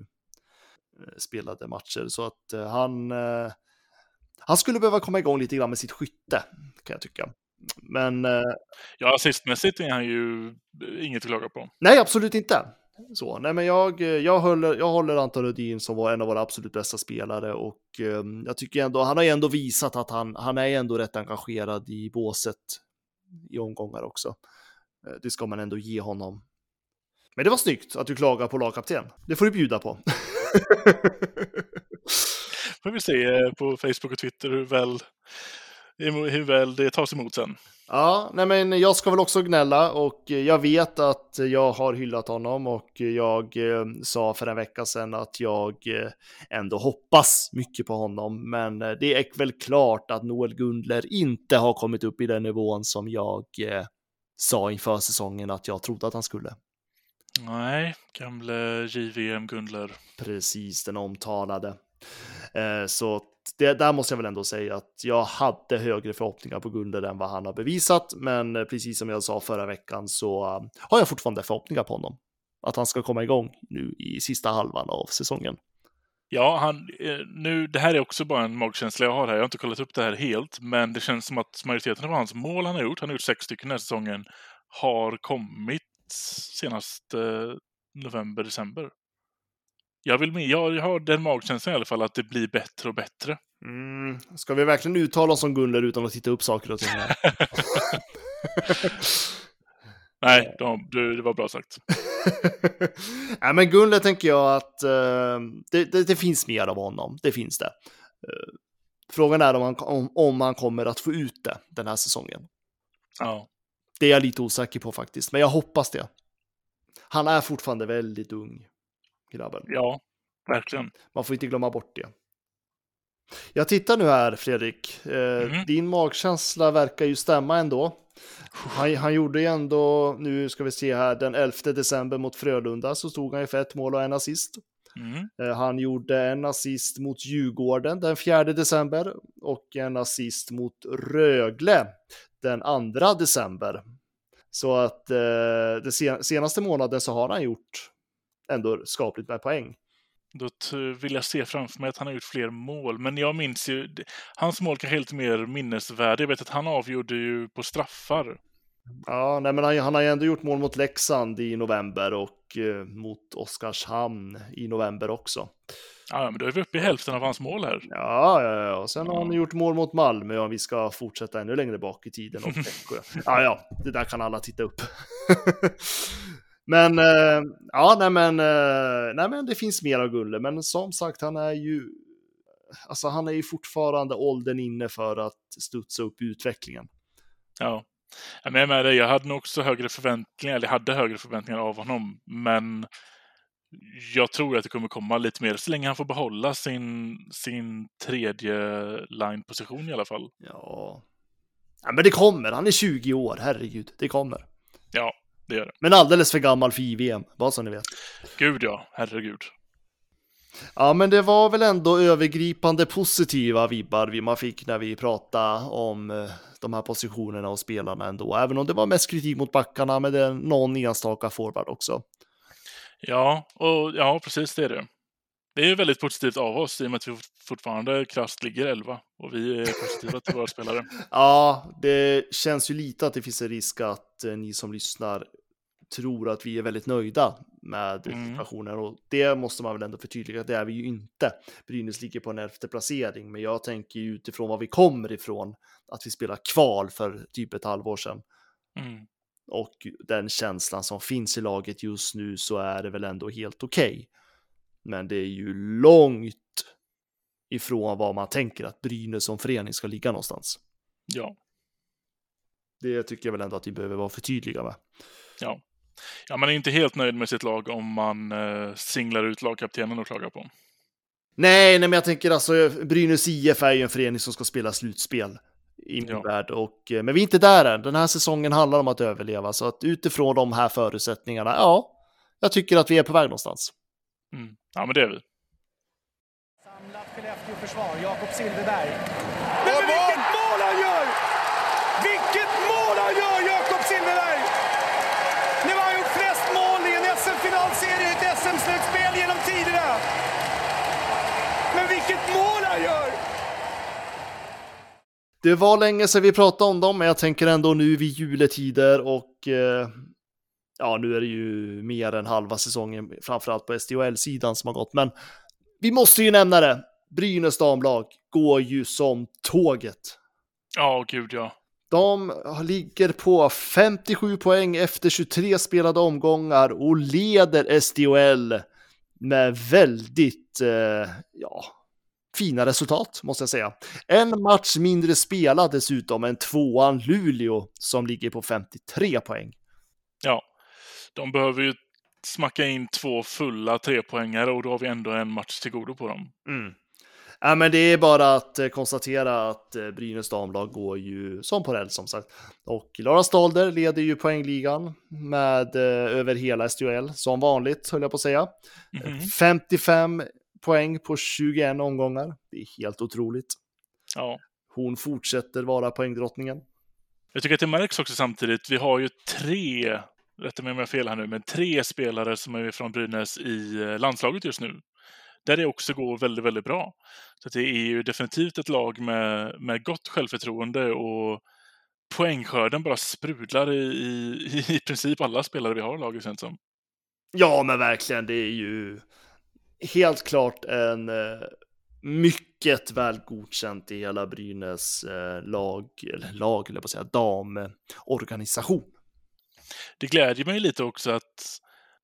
eh, spelade matcher. Så att eh, han, eh, han skulle behöva komma igång lite grann med sitt skytte, kan jag tycka. Men... Eh, ja, assistmässigt är han ju inget att klaga på. Nej, absolut inte. Så, nej, men jag, jag, håller, jag håller Anton Rödin som var en av våra absolut bästa spelare och eh, jag tycker ändå, han har ändå visat att han, han är ändå rätt engagerad i båset i omgångar också. Eh, det ska man ändå ge honom. Men det var snyggt att du klagar på lagkapten. Det får du bjuda på. Får vi se på Facebook och Twitter hur väl, hur väl det tas emot sen. Ja, nej men jag ska väl också gnälla och jag vet att jag har hyllat honom och jag eh, sa för en vecka sedan att jag eh, ändå hoppas mycket på honom, men det är väl klart att Noel Gundler inte har kommit upp i den nivån som jag eh, sa inför säsongen att jag trodde att han skulle. Nej, gamle J V M Gundler. Precis, den omtalade. Eh, så det, där måste jag väl ändå säga att jag hade högre förhoppningar på Gundler än vad han har bevisat, men precis som jag sa förra veckan så uh, har jag fortfarande förhoppningar på honom. Att han ska komma igång nu i sista halvan av säsongen. Ja, han, nu, det här är också bara en magkänsla jag har här. Jag har inte kollat upp det här helt, men det känns som att majoriteten av hans mål han har gjort, han har gjort sex stycken den här säsongen, har kommit senast eh, november, december. Jag, vill med, jag har den magkänslan i alla fall att det blir bättre och bättre. Mm. Ska vi verkligen uttala oss om Gundler utan att titta upp saker och ting? Nej, de, det var bra sagt. Nej, men Gundler tänker jag att uh, det, det, det finns mer av honom. Det finns det. Uh, frågan är om han, om, om han kommer att få ut det den här säsongen. Ja. Det är jag lite osäker på faktiskt, men jag hoppas det. Han är fortfarande väldigt ung, grabben. Ja, verkligen. Man får inte glömma bort det. Jag tittar nu här, Fredrik. Eh, mm. Din magkänsla verkar ju stämma ändå. Han, han gjorde ju ändå, nu ska vi se här, den elfte december mot Frölunda så stod han ju för ett mål och en assist. Mm. Eh, han gjorde en assist mot Djurgården den fjärde december och en assist mot Rögle den andra december. Så att eh, det sen- senaste månaden så har han gjort ändå skapligt med poäng. Då vill jag se framför mig att han har gjort fler mål. Men jag minns ju, hans mål kanske är lite mer minnesvärd. Jag vet att han avgjorde ju på straffar. Ja, nej, men han, han har ju ändå gjort mål mot Leksand i november och eh, mot Oskarshamn i november också. Ja, men då är vi uppe i hälften av hans mål här. Ja, ja, ja. Och sen har han Ja. gjort mål mot Malmö om vi ska fortsätta ännu längre bak i tiden. Och ja, ja, det där kan alla titta upp. Men, eh, ja, nej men, eh, nej men det finns mer av Gulle. Men som sagt, han är ju, alltså han är ju fortfarande åldern inne för att studsa upp utvecklingen. Ja. Ja, men jag är med dig. Jag hade nog också högre förväntningar, eller hade högre förväntningar av honom, men jag tror att det kommer komma lite mer så länge han får behålla sin, sin tredje line-position i alla fall. Ja. Ja, men det kommer. Han är tjugo år, herregud. Det kommer. Ja, det gör det. Men alldeles för gammal för I V M, bara så ni vet. Gud ja, herregud. Ja, men det var väl ändå övergripande positiva vibbar vi man fick när vi pratade om eh, de här positionerna och spelarna ändå. Även om det var mest kritik mot backarna, men det är någon enstaka forward också. Ja, och ja, precis det är det. Det är ju väldigt positivt av oss i och med att vi fortfarande krasst ligger elva och vi är positiva till våra spelare. Ja, det känns ju lite att det finns en risk att eh, ni som lyssnar tror att vi är väldigt nöjda med Mm. situationen, och det måste man väl ändå förtydliga, det är vi ju inte. Brynäs ligger på en elfte placering, men jag tänker ju utifrån var vi kommer ifrån att vi spelar kval för typ ett halvår sedan. Mm. Och den känslan som finns i laget just nu, så är det väl ändå helt okej. Okay. Men det är ju långt ifrån vad man tänker att Brynäs som förening ska ligga någonstans. Ja. Det tycker jag väl ändå att vi behöver vara förtydliga med. Ja. Ja, man är inte helt nöjd med sitt lag om man eh, singlar ut lagkaptenen och klagar på. Nej, nej, men jag tänker alltså Brynäs I F är ju en förening som ska spela slutspel i min Ja. värld. Och, men vi är inte där än. Den här säsongen handlar om att överleva. Så att utifrån de här förutsättningarna, ja, jag tycker att vi är på väg någonstans. Mm. Ja, men det är vi. Samlat Skellefteå-försvar, Jakob Silfverberg. Men, men vilket mål han gör! Vilket mål han gör, Jakob Silfverberg! Nu har han gjort flest mål i en S M-finalserie, ett S M-slutspel genom tiderna. Men vilket mål han gör! Det var länge sedan vi pratade om dem, men jag tänker ändå nu vid juletider och eh, ja, nu är det ju mer än halva säsongen, framförallt på S D H L-sidan som har gått. Men vi måste ju nämna det. Brynäs damlag går ju som tåget. Ja, gud ja. De ligger på femtiosju poäng efter tjugotre spelade omgångar och leder S D H L med väldigt eh, ja, fina resultat, måste jag säga. En match mindre spelad dessutom än tvåan Luleå som ligger på femtiotre poäng. Ja, de behöver ju smacka in två fulla trepoängare och då har vi ändå en match till godo på dem. Mm. Ja, men det är bara att konstatera att Brynäs damlag går ju som på räls som sagt. Och Lara Stalder leder ju poängligan med eh, över hela S D H L som vanligt, höll jag på att säga. Mm-hmm. femtiofem poäng på tjugoen omgångar. Det är helt otroligt. Ja. Hon fortsätter vara poängdrottningen. Jag tycker att det märks också samtidigt. Vi har ju tre, rätta mig om jag har fel här nu, men tre spelare som är från Brynäs i landslaget just nu. Där det också går väldigt, väldigt bra. Så det är ju definitivt ett lag med, med gott självförtroende och poängskörden bara sprudlar i, i, i princip alla spelare vi har i laget känns som. Ja, men verkligen. Det är ju helt klart en eh, mycket väl godkänt i hela Brynäs eh, lag, eller lag, eller på att säga, damorganisation. Det glädjer mig lite också att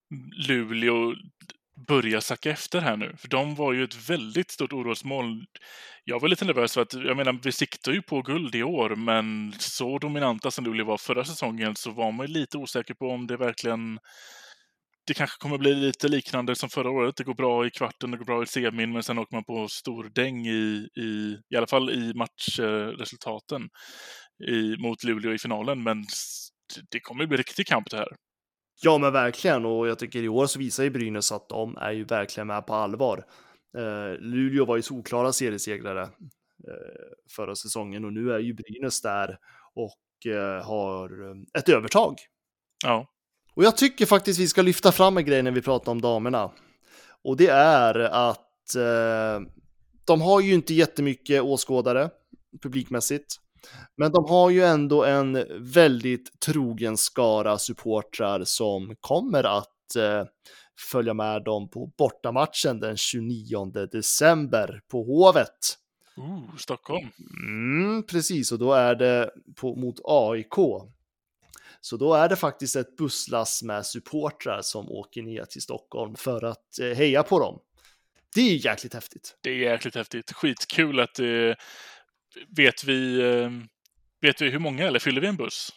Luleå börjar sacka efter här nu. För de var ju ett väldigt stort orosmoln. Jag var lite nervös för att, jag menar, vi siktar ju på guld i år, men så dominanta som Luleå var förra säsongen så var man ju lite osäker på om det verkligen, det kanske kommer bli lite liknande som förra året. Det går bra i kvarten, det går bra i semin, men sen åker man på stor däng i, i, i alla fall i matchresultaten i, mot Luleå i finalen, men det kommer bli riktig kamp det här. Ja, men verkligen, och jag tycker i år så visar ju Brynäs att de är ju verkligen med på allvar. Eh, Luleå var ju solklara seriesegrare eh, förra säsongen och nu är ju Brynäs där och eh, har ett övertag. Ja. Och jag tycker faktiskt vi ska lyfta fram en grej när vi pratar om damerna. Och det är att eh, de har ju inte jättemycket åskådare publikmässigt. Men de har ju ändå en väldigt trogen skara supportrar som kommer att eh, följa med dem på bortamatchen den tjugonionde december på Hovet. Oh, Stockholm. Mm, precis, och då är det på, mot A I K. Så då är det faktiskt ett busslass med supportrar som åker ner till Stockholm för att eh, heja på dem. Det är jäkligt häftigt. Det är jäkligt häftigt. Skitkul att eh, vet vi eh, vet vi hur många, eller fyller vi en buss?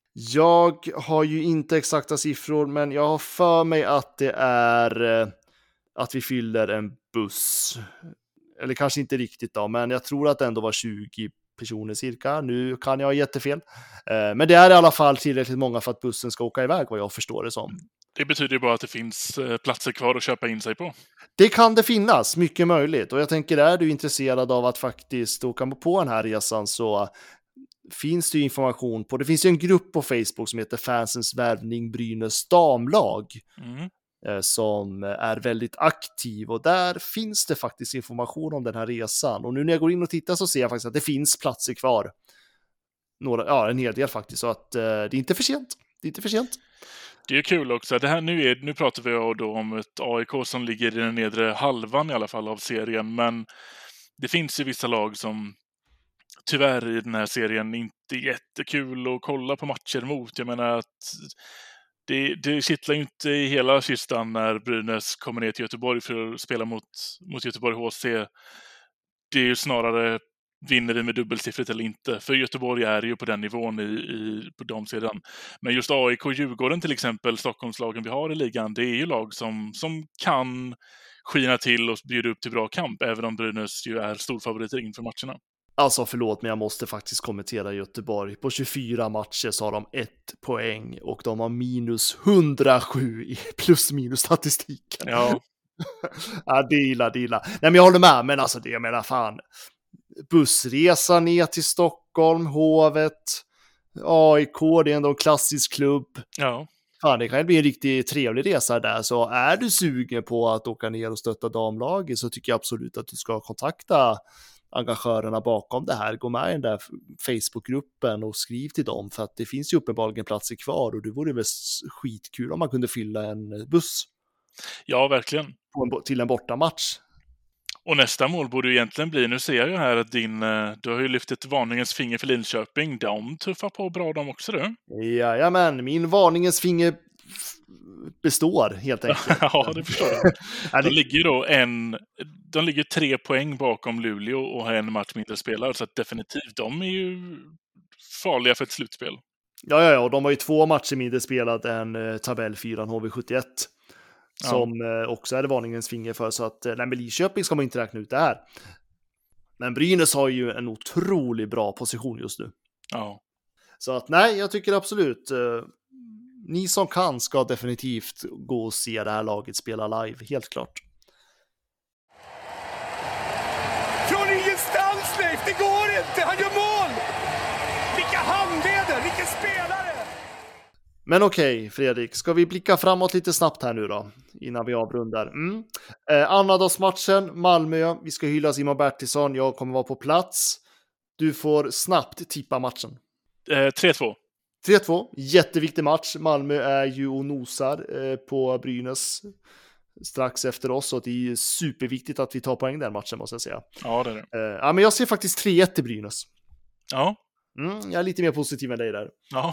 Jag har ju inte exakta siffror, men jag har för mig att det är eh, att vi fyller en buss. Eller kanske inte riktigt då, men jag tror att det ändå var tjugo personer cirka. Nu kan jag ha jättefel. Eh, men det är i alla fall tillräckligt många för att bussen ska åka iväg, vad jag förstår det som. Det betyder ju bara att det finns eh, platser kvar att köpa in sig på. Det kan det finnas, mycket möjligt. Och jag tänker, är du intresserad av att faktiskt åka på den här resan så finns det ju information på, det finns ju en grupp på Facebook som heter Fansens värvning Brynäs damlag Mm. eh, som är väldigt aktiv, och där finns det faktiskt information om den här resan. Och nu när jag går in och tittar så ser jag faktiskt att det finns platser kvar. Några, ja, en hel del faktiskt, så att eh, det är inte för sent. Det är inte för sent. Det är ju kul också. Det här, nu, är, nu pratar vi då om ett A I K som ligger i den nedre halvan i alla fall av serien, men det finns ju vissa lag som tyvärr i den här serien inte är jättekul att kolla på matcher mot. Jag menar att det, det kittlar ju inte i hela kistan när Brynäs kommer ner till Göteborg för att spela mot, mot Göteborg H C. Det är ju snarare vinner vi med dubbelsiffrigt eller inte. För Göteborg är ju på den nivån i, i, på damsidan. Men just A I K, Djurgården till exempel, Stockholmslagen vi har i ligan, det är ju lag som, som kan skina till och bjuda upp till bra kamp, även om Brynäs ju är storfavoriter inför matcherna. Alltså förlåt, men jag måste faktiskt kommentera Göteborg. På tjugofyra matcher så har de ett poäng och de har minus hundrasju i plus minus statistiken. Ja. Ja, det är illa, det är illa. Nej, men jag håller med, men alltså det, jag menar fan. Bussresa ner till Stockholm, Hovet, A I K, det är ändå en klassisk klubb. Ja. Fan, det kan ju bli en riktigt trevlig resa där, så är du sugen på att åka ner och stötta damlaget så tycker jag absolut att du ska kontakta engagörerna bakom det här. Gå med i den där Facebookgruppen och skriv till dem, för att det finns ju uppenbarligen platser kvar och det vore väl skitkul om man kunde fylla en buss. Ja, verkligen. På en, till en bortamatch. Och nästa mål borde ju egentligen bli, nu ser jag ju här att din, du har ju lyft ett varningens finger för Linköping. De tuffar på bra de också, du. Jajamän, min varningens finger består helt enkelt. Ja, det förstår jag. De ligger ju då en, de ligger tre poäng bakom Luleå och har en match mindre spelare, så att definitivt, de är ju farliga för ett slutspel. Ja, ja, ja, och de har ju två matcher mindre spelat än uh, tabellfyran H V sjuttioett. Som ja. uh, också är det varningens finger för, så att uh, nej, men Linköping ska man inte räkna ut det här. Men Brynäs har ju en otroligt bra position just nu. Ja. Så att nej, jag tycker absolut uh, ni som kan ska definitivt gå och se det här laget spela live, helt klart. Från ingenstans, Leif, det går inte, han gör mål! Vilka handleder, vilken spelare! Men okej, okay, Fredrik, ska vi blicka framåt lite snabbt här nu då, innan vi avrundar. Mm. Eh, Annandagsmatchen, Malmö, vi ska hylla Simon Bertilsson, jag kommer vara på plats. Du får snabbt tippa matchen. Eh, tre två. tre två, jätteviktig match. Malmö är ju och nosar eh, på Brynäs strax efter oss, och det är superviktigt att vi tar poäng den matchen, måste jag säga. Ja, det är det. Eh, ja, men jag ser faktiskt tre ett till Brynäs. Ja. Mm, jag är lite mer positiv än dig där. Ja.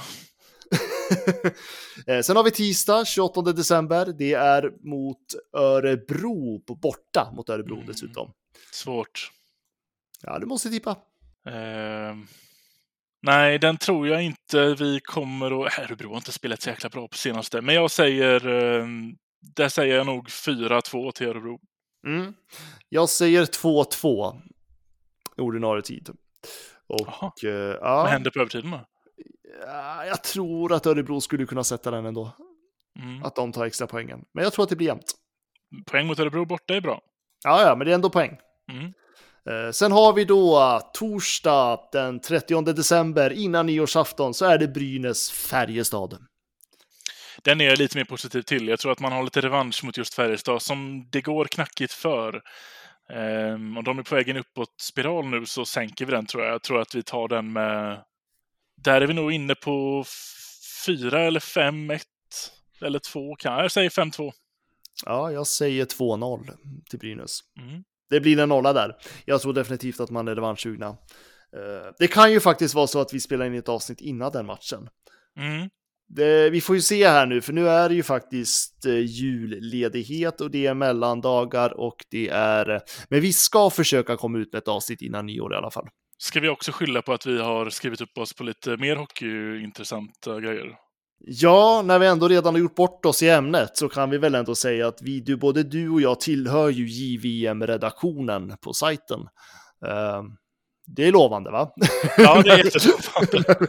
eh, sen har vi tisdag, tjugoåttonde december. Det är mot Örebro, på borta mot Örebro mm. dessutom. Svårt. Ja, du måste tippa. Eh... Nej, den tror jag inte vi kommer att... Örebro har inte spelat så jäkla bra på senaste. Men jag säger... Där säger jag nog fyra två till Örebro. Mm. Jag säger två två. Ordinarie tid. Och, uh, ja. Vad händer på övertiden då? Ja, jag tror att Örebro skulle kunna sätta den ändå. Mm. Att de tar extra poängen. Men jag tror att det blir jämnt. Poäng mot Örebro borta är bra. Ja, ja, men det är ändå poäng. Mm. Eh, sen har vi då torsdag den trettionde december, innan nyårsafton, så är det Brynäs Färjestad. Den är jag lite mer positiv till. Jag tror att man har lite revansch mot just Färjestad som det går knackigt för. Um, om de är på vägen uppåt spiral nu så sänker vi den, tror jag. Jag tror att vi tar den med... Där är vi nog inne på fyra eller fem ett eller två. Kan jag säga fem två? Ja, jag säger två noll till Brynäs. Mm. Det blir en nolla där. Jag tror definitivt att man är revanschsugna. Uh, det kan ju faktiskt vara så att vi spelar in ett avsnitt innan den matchen. Mm. Det, vi får ju se här nu, för nu är det ju faktiskt uh, julledighet och det är mellandagar och det är... Men vi ska försöka komma ut med ett avsnitt innan nyår i alla fall. Ska vi också skylla på att vi har skrivit upp oss på lite mer hockeyintressanta grejer? Ja, när vi ändå redan har gjort bort oss i ämnet så kan vi väl ändå säga att vi, du, både du och jag tillhör ju J V M-redaktionen på sajten. Uh, det är lovande, va? Ja, det är jättelovande.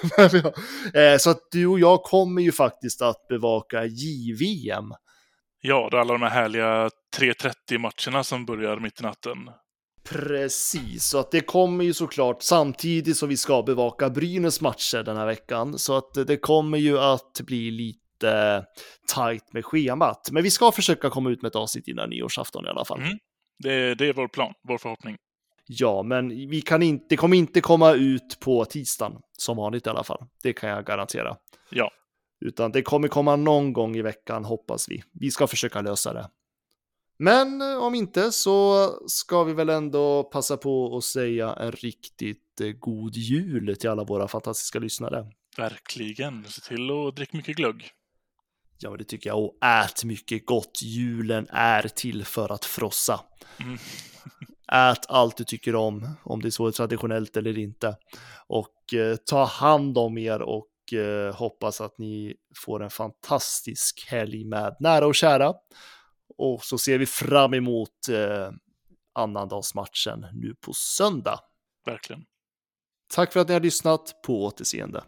Så att du och jag kommer ju faktiskt att bevaka J V M. Ja, det är alla de här härliga tre trettio-matcherna som börjar mitt i natten. Precis, så att det kommer ju såklart samtidigt som vi ska bevaka Brynäs matcher den här veckan. Så att det kommer ju att bli lite tajt med schemat. Men vi ska försöka komma ut med ett avsnitt innan nyårsafton i alla fall. Mm. Det, det är vår plan, vår förhoppning. Ja, men vi kan inte, det kommer inte komma ut på tisdagen som vanligt i alla fall. Det kan jag garantera. Ja. Utan det kommer komma någon gång i veckan, hoppas vi. Vi ska försöka lösa det. Men om inte så ska vi väl ändå passa på att säga en riktigt god jul till alla våra fantastiska lyssnare. Verkligen. Se till att dricka mycket glögg. Ja, men det tycker jag. Och ät mycket gott. Julen är till för att frossa. Mm. Ät allt du tycker om, om det är så traditionellt eller inte. Och eh, ta hand om er och eh, hoppas att ni får en fantastisk helg med nära och kära. Och så ser vi fram emot eh, annandagsmatchen nu på söndag. Verkligen. Tack för att ni har lyssnat. På återseende.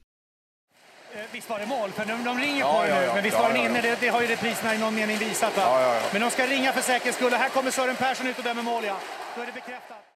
Visst var det mål, för de, de ringer ja, på det ja, nu. ja, Men visst ja, var den ja, inne, det, det har ju repriserna i någon mening visat. Va? Ja, ja, ja. Men de ska ringa för säkerhets skull. Och här kommer Sören Persson ut och dömer mål, ja. Då är det bekräftat.